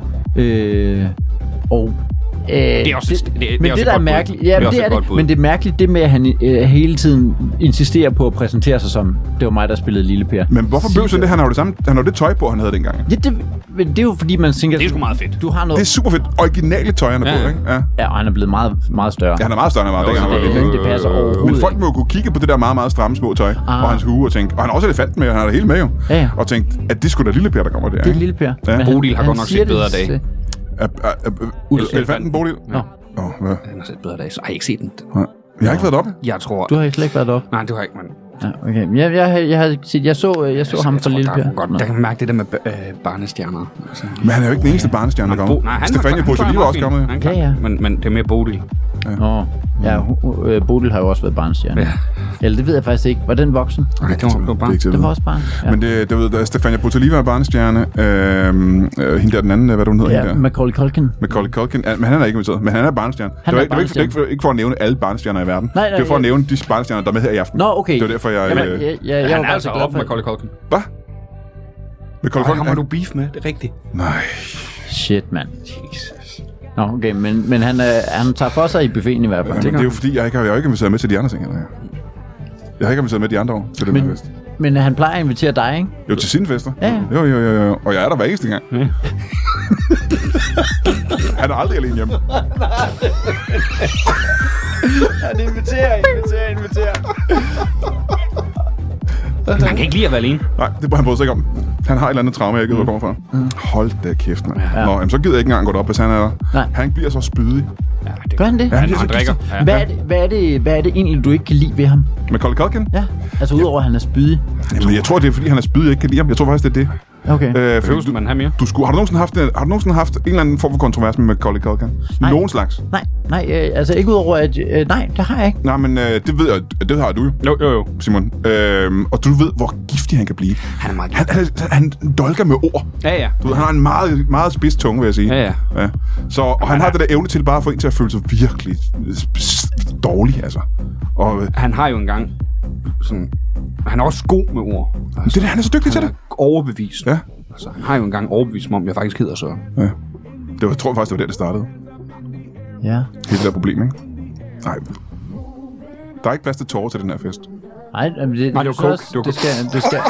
B: Øh, og... Øh, det
C: er også- det- det- det er
B: men
C: også
B: det,
C: et
B: der er
C: godt bud.
B: mærkeligt,
C: Det er
B: ja, det,
C: også
B: det
C: et
B: er
C: godt
B: det,
C: bud.
B: men det er mærkeligt det med, at han øh, hele tiden insisterer på at præsentere sig som, det var mig, der spillede Lille Per.
A: Men hvorfor blev sådan det? Han har jo det samme. Han har jo det tøj på, han havde dengang.
B: Ja, det, men det er jo fordi, man tænker...
C: Det er sgu meget fedt.
B: Du har
A: Det
B: noget...
A: er super fedt. Originale tøj, han er
C: Ja,
A: på,
C: ja.
A: ikke? Ja.
B: Ja, og han er blevet meget, meget større.
A: Ja, han er meget større, end han var,
C: Jo,
A: dengang han var
B: det,
A: lille, ikke?
B: det passer overhovedet
A: Men folk
B: ikke.
A: må jo kunne kigge på det der meget, meget stramme små tøj,
B: Ah.
A: og hans hue, og tænke, og han har også elefanten med, og han har det hele med jo,
B: Ja, ja.
A: og tænkt, at det skulle da Lille Per, der kommer der,
B: Det er
A: ikke?
B: Lille Per.
A: Ja.
B: Men
C: Bodil har godt nok
B: siger
C: set bedre
B: det,
C: dage.
A: Er- er- er- er- Elefanten, Bodil?
B: Nå,
A: Åh, hvad?
C: Han har set bedre dage, så har jeg ikke set den.
A: Nej. Jeg har ikke været deroppe.
C: Jeg tror...
B: du har slet ikke været deroppe.
C: Nej, det har jeg ikke, men...
B: Ja, okay. Jeg, jeg, jeg, har set, jeg så, jeg så ham
C: jeg
B: for
C: tror,
B: Lille
C: der
B: Per.
C: er godt,
B: Nå.
C: der kan man mærke det der med øh, barnestjerner. Altså,
A: Men han er jo ikke den eneste barnestjerne, der
C: Bo-
A: kommer.
C: nej, han
A: Stefania
C: han
A: Pozzoli
C: klarer
A: var også
C: meget
A: kommet.
C: fint.
A: jo.
C: Han
B: Ja,
C: klarer-
B: ja.
C: Men, men det er mere Bodil.
B: Nå, ja, hu- øh, Bodil har jo også været barnestjerne.
C: Ja.
B: Eller det ved jeg faktisk ikke. Var den voksen?
C: Nej, det var, det var
A: Det er
C: bare...
A: ikke til at
B: Den
A: vide.
B: var også barn. Ja,
A: Men det, det ved der Stefania Pozzoli var barnestjerne. Øhm, øh, hende der den anden, hvad er det, hun hedder?
B: ja
A: hende der?
B: Macaulay Culkin.
A: Macaulay Culkin. Ja, men han er ikke inviteret, men han er barnestjerne.
B: Han
A: det var,
B: er
A: ikke, det var ikke, det var ikke, for, ikke for at nævne alle barnestjerner i verden.
B: Nej, nej,
A: det var for at
B: ja.
A: nævne de barnestjerner, der er med her i aften.
B: Nå, okay.
A: Det var derfor, jeg...
B: Jamen,
A: øh,
B: jeg, jeg, jeg,
C: Han
B: var
C: er altså
B: glad
C: op
B: for-
C: med Macaulay Culkin.
A: Hvad? Macaulay
C: Og
A: Culkin?
C: ham har du beef med, det er rigtigt.
A: Nej.
B: Shit, mand.
C: Jesus.
B: Nå, okay, men, men han, øh, han tager for sig i buffeten i hvert fald.
A: Jamen, det er jo fordi, jeg ikke har, jeg har ikke inviteret med til de andre ting. Eller? Jeg har ikke inviteret med de andre år til den
B: Men-
A: her fest.
B: Men han plejer at invitere dig, ikke?
A: Jo, til sine fester.
B: Ja, ja.
A: Jo, jo, jo, jo. Og jeg er der hver eneste gang. Han er aldrig alene hjemme.
B: Han inviterer, inviterer, inviterer.
C: Han kan ikke lide at være alene.
A: Nej, det bryder han bryder sig ikke om. Han har et eller andet traume, jeg ikke ved, hvor kommer fra. Hold da kæft, mand.
B: Ja.
A: Nå, jamen, så gider jeg ikke engang gå derop, hvis han er der.
B: Nej.
A: Han bliver så spydig.
C: Ja, det
B: Gør han det?
A: Ja,
C: Han,
A: det er
C: han
A: så
C: drikker. Ja.
B: Hvad er, det, hvad, er det, hvad er det egentlig, du ikke kan lide ved ham?
A: Med Macaulay Culkin?
B: Ja, altså udover at han er spydig.
A: Jamen, jeg tror, det er, fordi han er spydig, jeg ikke kan lide ham. Jeg tror faktisk, det er det.
B: Okay.
A: Øh,
C: Behøver
A: fordi
C: man have mere?
A: du, du skulle, har, du nogensinde haft, en- har du nogensinde haft en eller anden form for kontrovers med Macaulay Culkin?
B: Nej.
A: Nogen slags?
B: Nej, nej, øh, altså ikke udover at... Øh, nej, det har jeg ikke.
A: Nej, men øh, det ved jeg, det har du jo,
C: Jo, jo, jo.
A: Simon. Øhm, og du ved, hvor giftig han kan blive.
C: Han er meget
A: Han, han, han dolker med ord.
C: Ja, ja.
A: Du ved, han har en meget, meget spids tunge, vil jeg sige.
C: Ja, ja.
A: ja. Så, og han har det der evne til bare at få en til at føle sig virkelig s- dårlig, altså. Og øh,
C: Han har jo engang sådan... Han er også god med ord. Altså,
A: det er det, han er så dygtig til
C: han
A: det.
C: er overbevist.
A: Ja.
C: Altså, han har jo engang overbevist mig om, jeg faktisk hedder Søren.
A: Ja. Det var, jeg tror faktisk, det var der, det startede.
B: Ja.
A: Hele det der problem, ikke? Nej. Der er ikke plads til tårer til den her fest.
B: Nej, men det,
C: Nej, det var
B: jeg synes
C: coke.
B: også,
C: Det var
B: det skal, det skal.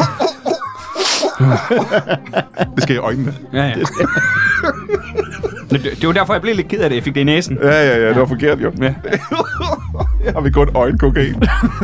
A: Det skal i øjnene.
C: Ja, ja. det, det var derfor, jeg blev lidt ked af det. Jeg fik det i næsen.
A: Ja, ja, ja, det var forkert, jo.
C: Ja.
A: Her har vi kun øjenkokain.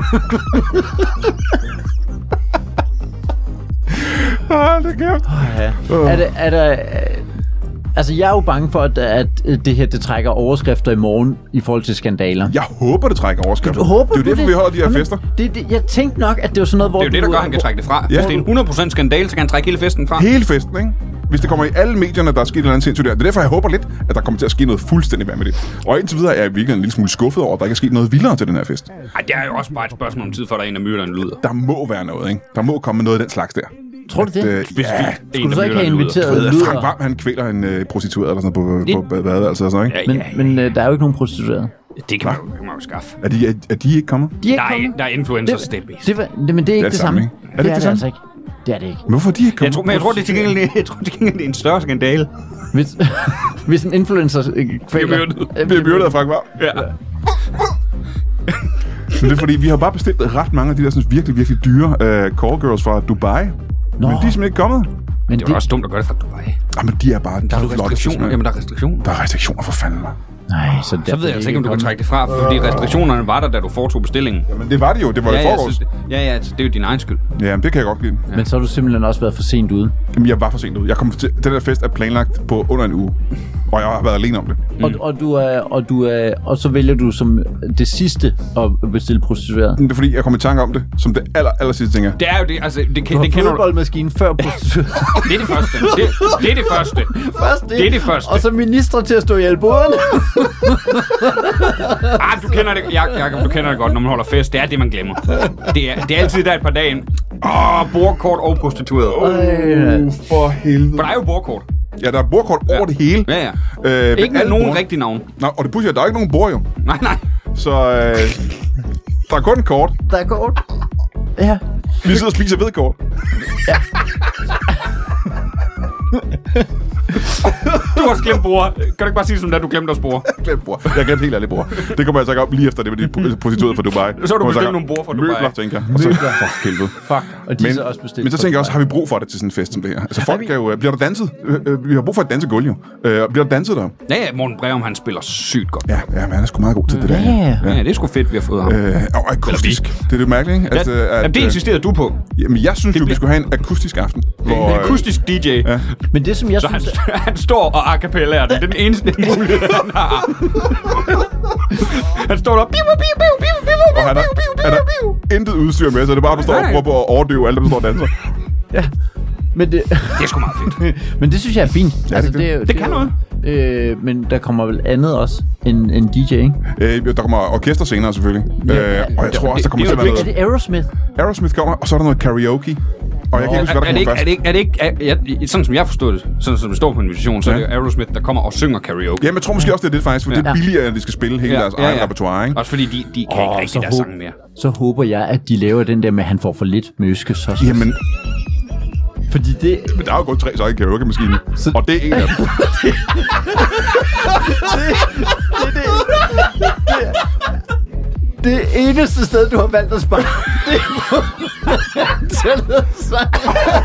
A: Ah, det kæft.
B: Ja. Er det, er der, øh, altså, jeg er jo bange for, at, at det her, det trækker overskrifter i morgen i forhold til skandaler.
A: Jeg håber, det trækker overskrifter.
B: Håber
A: det er jo
B: du
A: derfor, vi holder de her
B: Jamen,
A: fester.
B: Det, det, jeg tænkte nok, at det var sådan noget, hvor
C: Det er jo det, der
B: du,
C: gør, at han kan trække det fra.
A: Ja.
C: Hvis det er en hundrede procent skandale, så kan han trække hele festen fra.
A: Hele festen, ikke? Hvis det kommer i alle medierne, der er sket et eller andet sindssygt der. Det er derfor, jeg håber lidt, at der kommer til at ske noget fuldstændig vanvittigt. Og indtil videre er jeg virkelig en lille smule skuffet over, at der ikke er sket noget vildere til den her fest.
C: Ej, det er jo også bare et spørgsmål om tid, for der er en af myrderne lyder.
A: Der må være noget, ikke? Der må komme noget af den slags der.
B: Tror du det?
A: Øh, ja,
B: Skulle du så ikke have inviteret
A: ved, at
B: Luder?
A: Frank Vam, han kvæler en øh, prostitueret eller sådan på, på, på badeværelset og sådan, ikke?
C: Ja,
B: Men,
C: ja,
B: men øh, der er jo ikke nogen prostituerede.
C: det kan man, jo, kan man jo skaffe.
A: Er de, er, er de ikke kommet?
B: De er ikke
C: Der er,
B: kommet.
C: der er influencers
B: Det,
C: step-based.
B: det, var- det, men det er ikke det,
A: det
B: samme.
A: samme, ikke? Er det ikke det
B: det
A: samme?
B: altså ikke. Det er det ikke.
A: Men hvorfor er de ikke kommet?
C: Jeg tror, men jeg tror, det er til gengæld, jeg tror, til gengæld, det er en større skandale.
B: Hvis, hvis en influencer øh, kvæler...
C: myrdet.
A: Vi er byrdet af Frank Vam.
C: Ja.
A: Men det er fordi, vi har bare bestilt ret mange af de der sådan, virkelig, virkelig dyre uh, call girls fra Dubai. Nå. Men de er simpelthen ikke kommet.
B: Men
C: Det var også dumt at gøre det fra Dubai.
A: Jamen, de er bare...
C: Der er jo
A: flotte,
C: restriktioner.
A: simpelthen.
C: Jamen, der er restriktioner.
A: Der er restriktioner for fanden, man.
B: Nej, så,
C: Så ved jeg altså ikke, om du kan trække det fra, fordi restriktionerne var der, da du foretog bestillingen.
A: Jamen, det var det jo. Det var
C: Ja,
A: jo
C: ja,
A: forgårs.
C: så, ja, ja, så det er jo din egen skyld.
A: Ja, men det kan jeg godt give.
B: Ja. Men så har du simpelthen også været for sent ude.
A: Jamen, jeg var for sent ud. Jeg kom til... Den der fest er planlagt på under en uge. Og jeg har været alene om det.
B: Mm. Og, og, du er, og, du er, og så vælger du som det sidste at bestille prostitueret.
A: Men det er fordi, jeg kom i tanke om det, som det aller, aller sidste ting er.
C: Det er jo det, altså, det,
B: Du
C: det,
B: har
C: det kender du.
B: fodboldmaskinen før prostitueret.
C: Det er det første. Det, det er det første.
B: Først det.
C: Det er det første.
B: Og så minister til at stå i albuen.
C: Ah, du kender det, Jak- Jacob, du kender det godt, når man holder fest. Det er det, man glemmer. Det er, det er altid der et par dage ind. Åh, oh, bordkort og prostitueret. Oh.
A: Uh, for helvede.
C: For der er jo bordkort.
A: Ja, der er bordkort over det hele.
C: Ja, ja.
A: Øh,
C: Ikke med
A: alle
C: nogen
A: bord-
C: rigtige navn.
A: Nå, og det pudsige er, der er ikke nogen bord jo.
C: Nej, nej.
A: Så øh, der er kun et kort.
B: Der er kort. Ja.
A: Vi sidder og spiser vedkort.
C: Du har også glemt bord. Kan du ikke bare sige det som det, du glemte at spore?
A: Jeg glemte bord. Jeg glemte helt ærligt bord. Det kommer jeg altså ikke op lige efter det med de pro- prostituerede fra Dubai.
C: Så har du
A: Kommer jeg
C: bestilt
A: op-
C: nogle bord fra Dubai.
A: Møbler, tænker jeg. Og så, fuck helvede.
B: Fuck. Og de
A: Men,
B: er så også bestilt.
A: men så tænker jeg også, har vi brug for det til sådan en fest som det her? Altså folk
B: vi-
A: kan jo... Bliver der danset? Øh, øh, vi har brug for et dansegulv jo. Øh, bliver der danset der?
C: Ja, ja, Morten Breum, han spiller sygt godt.
A: Ja, ja, men han er sgu meget god til det der.
B: Ja.
C: Ja, det er sgu fedt, vi har fået ham.
A: Øh, og akustisk. Det er det mærkeligt, ikke?
C: Ja, jamen, det
A: øh,
C: insisterede du på.
A: Jamen, jeg synes jo, vi
C: bliver-
A: skulle have en akustisk aften. Hvor,
C: En
A: øh,
C: akustisk D J.
A: Ja.
B: Men det, som jeg
C: Så han,
B: synes...
C: han står og a cappella. Det er den eneste mulighed, han har. Han står der. Biu, biu, biu, biu, biu,
A: og han
C: biu,
A: har,
C: biu, biu,
A: han
C: biu, biu.
A: har intet udstyr med, så det er bare, du står og
C: Nej.
A: prøver på at overdøve alle dem, der står og danser.
B: Ja. Men det,
C: Det er sgu meget fedt.
B: men det synes jeg er fint.
A: det
B: altså,
A: er det.
B: er jo-
C: Det
B: er
C: kan
B: jo- Øh, men der kommer vel andet også end, end D J, ikke?
A: Øh, der kommer orkester senere, selvfølgelig.
B: Ja,
A: øh, og jeg tror også, der kommer
C: det
A: til
C: er
A: at
C: jo
A: være
B: Er
A: noget...
B: det Aerosmith?
A: Aerosmith kommer, og så er der noget karaoke. Og jeg kan ikke huske,
C: Er,
A: hvad der
C: er, det
A: kommer
C: ikke, er
A: først.
C: det ikke, er det ikke, er, jeg, sådan som jeg forstod det, sådan som det står på invitationen, så
A: Ja.
C: er det Aerosmith, der kommer og synger karaoke.
A: Jamen, jeg tror måske også, det er det faktisk, for det er
B: Ja.
A: billigere, at de skal spille hele deres egen repertoire, ikke?
C: Også fordi de, de kan ikke
B: Åh,
C: rigtig
B: så
C: deres
B: håb-
C: sange mere.
B: Så håber jeg, at de laver den der med, at han får for lidt med øskesauce.
A: Jamen,
B: Fordi det...
A: men der er jo kun tre sange i karaoke-maskinen,
B: Så-
A: og det er en af dem.
B: Det eneste sted, du har valgt at spare, det er på antallet af sange.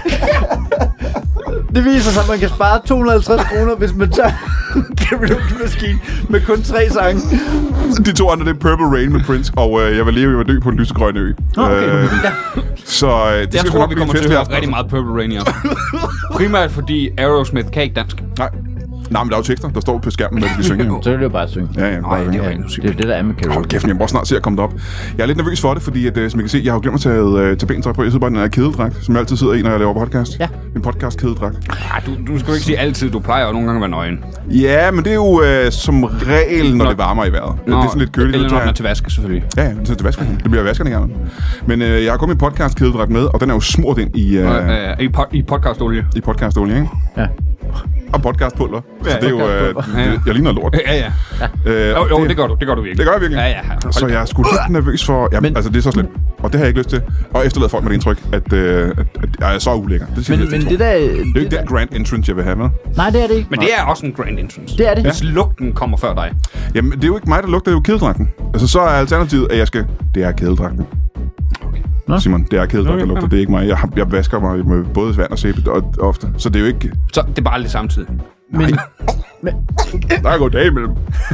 B: Det viser sig, at man kan spare to hundrede og halvtreds kroner, hvis man tager en karaoke-maskine med kun tre sange.
A: De to andre, det er Purple Rain med Prince, og øh, Jeg vil leve, jeg vil dø på en lysegrøn ø.
B: Okay.
A: Øh,
B: Ja.
A: så øh, det
C: Jeg
A: skal
C: tror,
A: nok
C: vi
A: blive en
C: kommer til at
A: festlig
C: høre
A: aften.
C: rigtig meget Purple Rain i aften. Primært fordi Aerosmith kan ikke dansk.
A: Nej. Nej, men der er jo tekster, der står på skærmen, når de skal synge. jo.
B: Så er det jo bare at synge.
A: Ja, ja,
C: Nej,
A: bare
C: det er
A: synge.
C: jo
B: Ja,
C: rent
B: det er det, der er med
A: Hold
B: karaoke.
A: kæft, jeg må snart se at komme derop. Jeg er lidt nervøs for det, fordi at, øh, som I kan se, jeg har jo glemt at tage, øh, tage pænt tøj på. Jeg sidder bare i den her kædedragt, som jeg altid sidder i, når jeg laver podcast.
B: Ja.
A: En podcast kædedragt.
C: Ej, du, du skal jo ikke sige altid, du plejer jo nogle gange at være nøgen.
A: Ja, men det er jo øh, som regel, når det varmer i vejret. det er sådan lidt køligt.
C: Eller
A: så
C: når den
A: tager
C: er til vask, selvfølgelig.
A: jeg- Ja, ja, det er til vaskeren. Det bliver vaskeren i gang. Men øh, jeg har kun min podcast kædedragt med, og den er jo smurt ind i, øh,
C: Og, øh, I, pod, i podcastolie.
A: i podcastolie, ikke?
B: Ja.
A: Og podcastpulver. Så
C: Ja,
A: det er jo, øh,
B: podcastpulver.
C: Ja, ja.
A: jeg ligner lort.
C: Ja, ja.
A: Øh,
C: Jo,
A: og
C: jo, det gør du. Det gør du virkelig.
A: Det gør jeg virkelig.
C: Ja, ja. Hold
A: Så
C: da.
A: jeg er sgu lidt nervøs for... Ja,
B: Men-
A: altså, det er så slemt. Og det har jeg ikke lyst til. Og efterlader folk med det indtryk, at, øh, at, at jeg er så ulækker. Det, siger
B: Men,
A: jeg
B: men
A: til
B: det
A: tror.
B: der...
A: det er jo
B: det
A: ikke den grand entrance, jeg vil have med.
B: Nej, det er det ikke.
C: Men det er også en grand entrance.
B: Det er det.
C: Hvis lugten kommer før dig.
A: Jamen, det er jo ikke mig, der lugter, det er jo kædedragten. Altså, så er alternativet, at jeg skal... Det er kædedragten.
B: Nå.
A: Simon, det er kædedragten,
C: Okay,
A: der lugter.
C: ja.
A: Det er ikke mig. Jeg, har- jeg vasker mig med både vand og sæbe og, ofte. Så det er jo ikke...
C: Så det er bare lidt samtidig.
B: Men, men,
A: Der er gået dage imellem.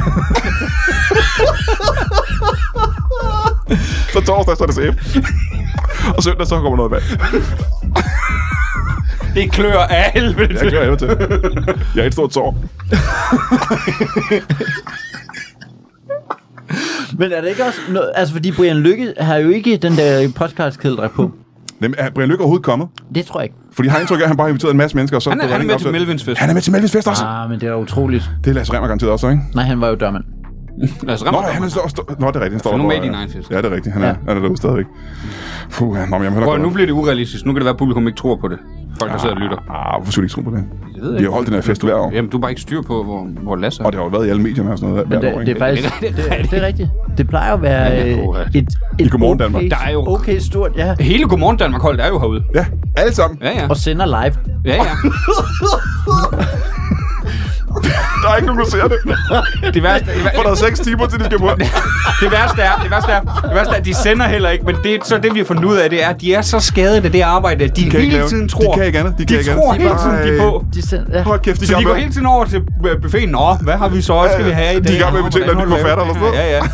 A: Så torsdag, så er det sæbe. Og søndag, så kommer noget vand.
C: Det klør af helvede.
A: Jeg gør jeg til. Jeg er et stort sår.
B: men er det ikke også noget... Altså, fordi Brian Lykke har jo ikke den der podcast-kædedragt på.
A: Jamen, er Brian Lykke overhovedet kommet?
B: Det tror jeg ikke.
A: Fordi jeg har indtryk af, at han bare har inviteret en masse mennesker, og så...
C: Han er,
A: på
C: han er
A: redning
C: med
A: også-
C: til Melvins fest.
A: Han er med til Melvins fest også.
B: Ah, men det er utroligt.
A: Det er Lasse Remmer garanteret også, ikke?
B: Nej, han var jo dørmand.
C: Lad os
A: Nå,
C: ramme
A: han er så også... Nå, det er rigtigt. Han står
C: Han er
A: der
C: med
A: på,
C: i din
A: øh,
C: egen fest.
A: Ja, det er rigtigt. Han er,
B: Ja.
A: han er derude stadigvæk. Puh, ja. Nå, men jeg må hellere
C: Prøv,
A: gå
C: nu
A: op.
C: bliver det urealistisk. Nu kan det være, at publikum ikke tror på det. folk, der sidder og lytter.
A: Ah, hvorfor skulle de ikke tro på det?
C: Jeg ved
A: Vi har holdt den her fest hver år.
C: Jamen, du har bare ikke styr på, hvor, hvor Lasse er.
A: Og det har jo været i alle medierne og sådan noget.
B: Men
A: hver
B: det,
A: år,
B: det er faktisk det, det, det er rigtigt. Det plejer jo at være
C: Ja,
B: øh,
C: uha.
B: et, et
A: Godmorgen,
B: okay,
A: Danmark.
C: Der er jo-
B: okay stort, ja.
C: Hele Godmorgen Danmark holdet er jo herude.
A: Ja, alle sammen.
C: Ja, ja.
B: Og sender live.
C: Ja, ja.
A: Der er ikke nogen, der ser det.
C: Det værste, det,
A: For der er seks timer til, de skal på.
C: det værste er, det værste er, det værste er, at de sender heller ikke, men det, så det vi har fundet ud af, det er, at de er så skadede af det arbejde, at de,
A: kan ikke
C: hele
A: lave-
C: tiden
A: de
C: tror,
A: kan ikke andet, de
C: de
A: kan ikke
C: tror
A: andet. De
C: hele tiden, de er på.
B: De sender, ja.
A: Hold kæft, de
C: Så
A: er
C: de
A: i
C: går
A: gang med-
C: hele tiden over til øh, buffeten. Nå, hvad har vi så? Hvad skal vi have i dag?
A: De er i gang med at betale
C: Hvordan
A: en ny
C: har du
A: forfatter
C: lavet
A: eller sådan
C: det? Ja, ja.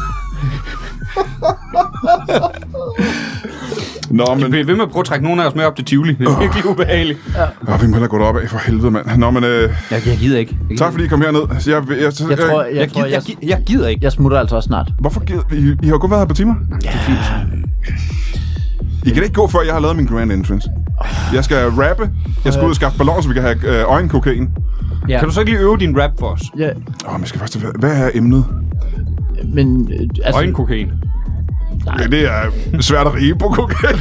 A: Nå,
C: Men
A: men...
C: bliver ved med at prøve at trække nogen af os med op til Tivoli. Det er virkelig ubehageligt.
A: Åh, vi må heller gå derop af, for helvede, mand. Nå, men... Øh,
C: Jeg, jeg gider ikke. Jeg,
A: tak fordi I kom herned. Jeg, jeg, jeg, jeg,
B: Jeg tror,
C: jeg,
B: jeg, tror,
C: gider, jeg,
B: jeg,
C: gider, jeg gider ikke.
B: jeg smutter altså også snart.
A: Hvorfor gider I? I har jo kun været her på timer. I kan ikke gå, før jeg har lavet min grand entrance. Jeg skal rappe. Jeg skal ud og skaffe balloner, så vi kan have øh, øjenkokain.
B: Ja.
C: Kan du så ikke lige øve din rap for os?
B: Ja,
A: Åh, men jeg skal først... Hvad er emnet?
B: men øh, altså,
C: Øjenkokain.
A: Ja, det er svært at rige på kokain.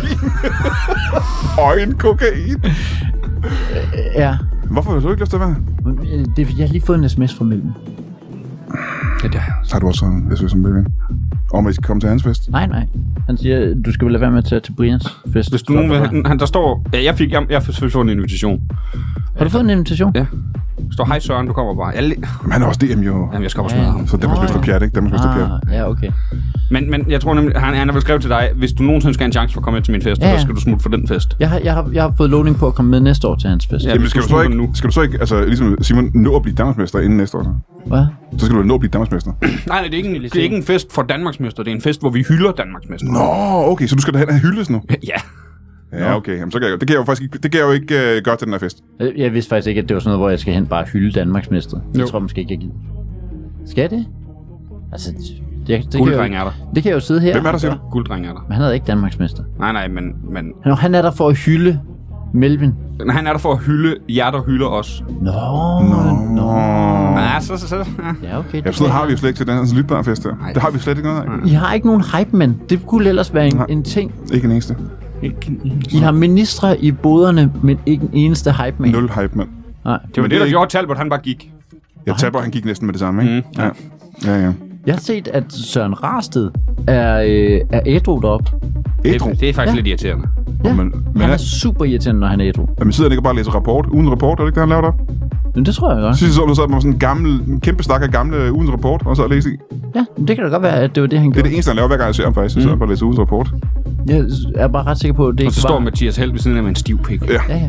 A: Øjenkokain.
B: ja.
A: Hvorfor har du ikke lyst til at være?
B: Øh, Det er fordi, jeg har lige fået en sms fra Mellem.
C: Ja, det er
A: Så har du også en S M S som velven. Om I skal komme til hans fest.
B: Nej, nej. Han siger, du skal vel lade være med at tage til Brians fest.
C: Hvis du nogen vil, han, der står... Ja, jeg fik, jeg, jeg har selvfølgelig fået en invitation.
B: Har du fået en invitation?
C: Ja. Der står, hej Søren, du kommer bare. Jeg, li-
A: Men han er også D M jo.
C: Jamen, jeg skal også
B: Ja.
C: med ham.
A: Så Danmarks
B: Nå,
A: bedste
B: ja.
A: pjat, ikke? Danmarks bedste pjat.
B: Ah, ja, okay.
C: Men, men jeg tror nemlig, han, han har vel skrevet til dig, hvis du nogensinde skal have en chance for at komme ind til min fest,
B: Ja, ja.
C: så skal du smutte for den fest.
B: Jeg har, jeg, har, jeg har fået lovning på at komme med næste år til hans fest.
C: Ja.
A: Jamen,
C: hvis
A: skal
C: du
A: du, så
C: smutter
A: ikke,
C: nu.
A: skal du så ikke, altså ligesom Simon, nå at blive Danmarksmester inden næste år? Så,
B: Hvad?
A: så skal du nå at blive Danmarksmester.
C: Nej, nej, det er ikke en, det er ikke en fest for Danmarksmester, det er en fest, hvor vi hylder Danmarksmester.
A: Nå, okay, så du skal da hen og hyldes nu?
C: Ja.
A: Ja, okay. Jamen, så kan jeg, det kan jeg jo faktisk ikke, det kan jeg jo ikke uh, gøre til den her fest.
B: Jeg, jeg vidste faktisk ikke, at det var sådan noget, hvor jeg skal hen bare hylde Danmarksmester. Jeg
C: Jo.
B: tror måske ikke, jeg gider. Skal jeg det? Altså, det, det, det, kan
C: Gulddreng
B: jeg,
C: er der.
B: jo- det kan jeg jo sidde her.
A: Hvem er der, siger du?
C: Gulddreng er der.
B: Men han er ikke Danmarksmester.
C: Nej, nej, men, men
B: Han, han er der for at hylde Melvin.
C: han er der for at hylde jer, der hylder os.
B: Nå,
A: Nå.
B: nå.
C: Ja, så, så, så. Ja.
B: Ja, okay.
A: Ja, sådan noget har vi jo slet ikke til den her lytbarfest her. Det har vi slet ikke noget af.
B: I har ikke nogen hype, men det kunne ellers være en,
A: Nej.
B: en ting.
A: Ikke en eneste.
B: I har ministre i boderne, men ikke en eneste hype man.
A: Nul hype, mand.
B: Nej.
C: Det var
A: Men
C: det,
A: det er
C: der
A: ikke-
C: gjorde Talbot, han bare gik.
A: Jeg taber, han gik næsten med det samme, ikke?
C: Mm.
A: Ja. Ja, ja.
B: Jeg har set, at Søren Rarsted er, øh, er ædru deroppe.
A: Ædru.
C: Det, det er faktisk
B: Ja.
C: lidt irriterende.
B: Ja,
A: Men, men,
B: han er
A: er,
B: super irriterende, når han er ædru.
A: men sidder han ikke og bare og læser rapport? Uden rapport, er det ikke det, han laver der?
B: Men det tror jeg godt.
A: Sidste år, der sad man sådan en, gammel, en kæmpe stak af gamle ugens rapport, og så at læse i.
B: Ja, det kan da godt være, at det var det, han
A: Det er
B: gjorde.
A: det eneste, han laver, hver gang jeg ser ham faktisk. Så sidder han bare og læser ugens rapport.
B: Jeg er bare ret sikker på, at det
C: Og
B: ikke
C: så står
B: var...
C: Mathias Held ved siden af med en stiv pik.
A: Ja.
B: Ja, ja.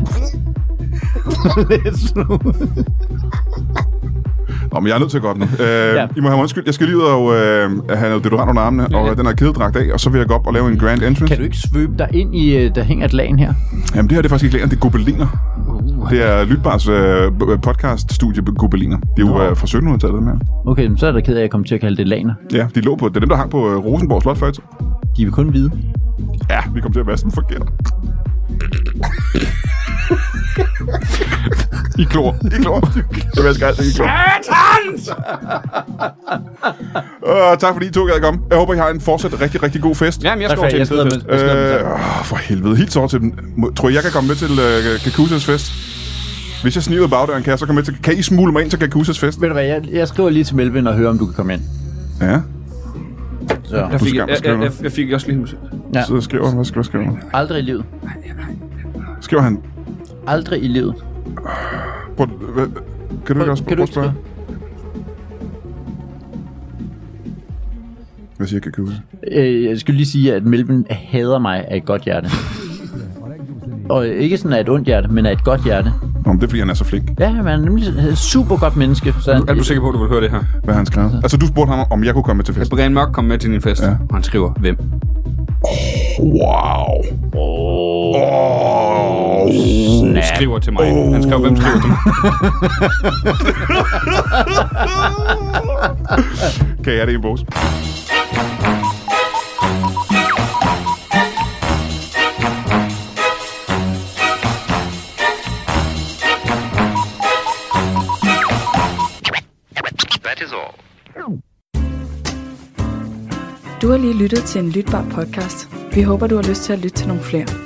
A: Nå, men jeg er nødt til at gå op nu. Øh,
B: Ja.
A: I må have mig undskyld. Jeg skal lige ud og øh, have noget deodorant under armene,
C: Ja,
A: og
C: ja.
A: have den her kædedragt af, og så vil jeg gå op og lave en grand entrance.
B: Kan du ikke svøbe dig ind i, øh, der hænger et lagen her?
A: Jamen, det her det er faktisk ikke længere, det er gobeliner.
C: Uh,
A: Det er Lytbars øh, podcaststudie Gobeliner. Det er jo
B: Nå.
A: øh, fra syttenhundredetallet, det med.
B: Okay, men så er jeg da ked af, at jeg kommer til at kalde det laner.
A: Ja, de lå på, det er dem, der hang på øh, Rosenborg Slot før i tiden.
B: De vil kun vide.
A: Ja, vi kom til at vaske dem forkert. I klor. I klor. Jeg vasker altid i klor. Uh, tak fordi I to gad komme. Jeg håber, I har en fortsat rigtig, rigtig god fest.
C: Jamen, jeg
B: Tak
C: skal
B: for
C: over
B: det.
C: til
B: Jeg
C: en
B: skal
C: fed
B: med-
C: fest.
B: jeg skal med-
A: Øh, åh, for helvede. Helt over til den. Må- Tror I, jeg kan komme med til uh, Kakusas fest? Hvis jeg sniger ud bagdøren, kan jeg så komme med til... Kan I smule mig ind til Kakusas fest?
B: Ved du hvad, jeg, jeg skriver lige til Melvin og hører, om du kan komme ind.
A: Ja,
B: Så.
C: Jeg
A: Du
C: fik,
A: skal-
C: jeg,
A: du skriver
C: jeg, jeg,
A: noget.
C: jeg fik også lige musik.
B: Ja.
A: så skriver han. Hvad skriver, skriver han?
B: Aldrig i livet.
A: Skriver han...
B: Aldrig i livet.
A: Prøv, hvad, kan du ikke også
B: Kan du
A: prøve at
B: ikke
A: spørge? Hvad siger Kakusa?
B: Øh, jeg skulle lige sige, at Melvin hader mig af et godt hjerte. Og ikke sådan af et ondt hjerte, men af et godt hjerte.
A: Nå, men det er, fordi han er så flink.
B: Ja, han er nemlig et super godt menneske. Så han,
C: Er du sikker på, at du vil høre det her?
A: Hvad har han skrevet? Altså, du spurgte ham, om jeg kunne komme med til festen.
C: Brian Mørk kom med til din fest,
A: Ja.
C: og han skriver, hvem?
A: Wow. Oh. Oh.
C: Han skriver til mig. Han skrev, hvem skriver til mig?
A: Kan jeg det i en bose?
D: That is all.
E: Du har lige lyttet til en lytbar podcast. Vi håber, du har lyst til at lytte til nogle flere.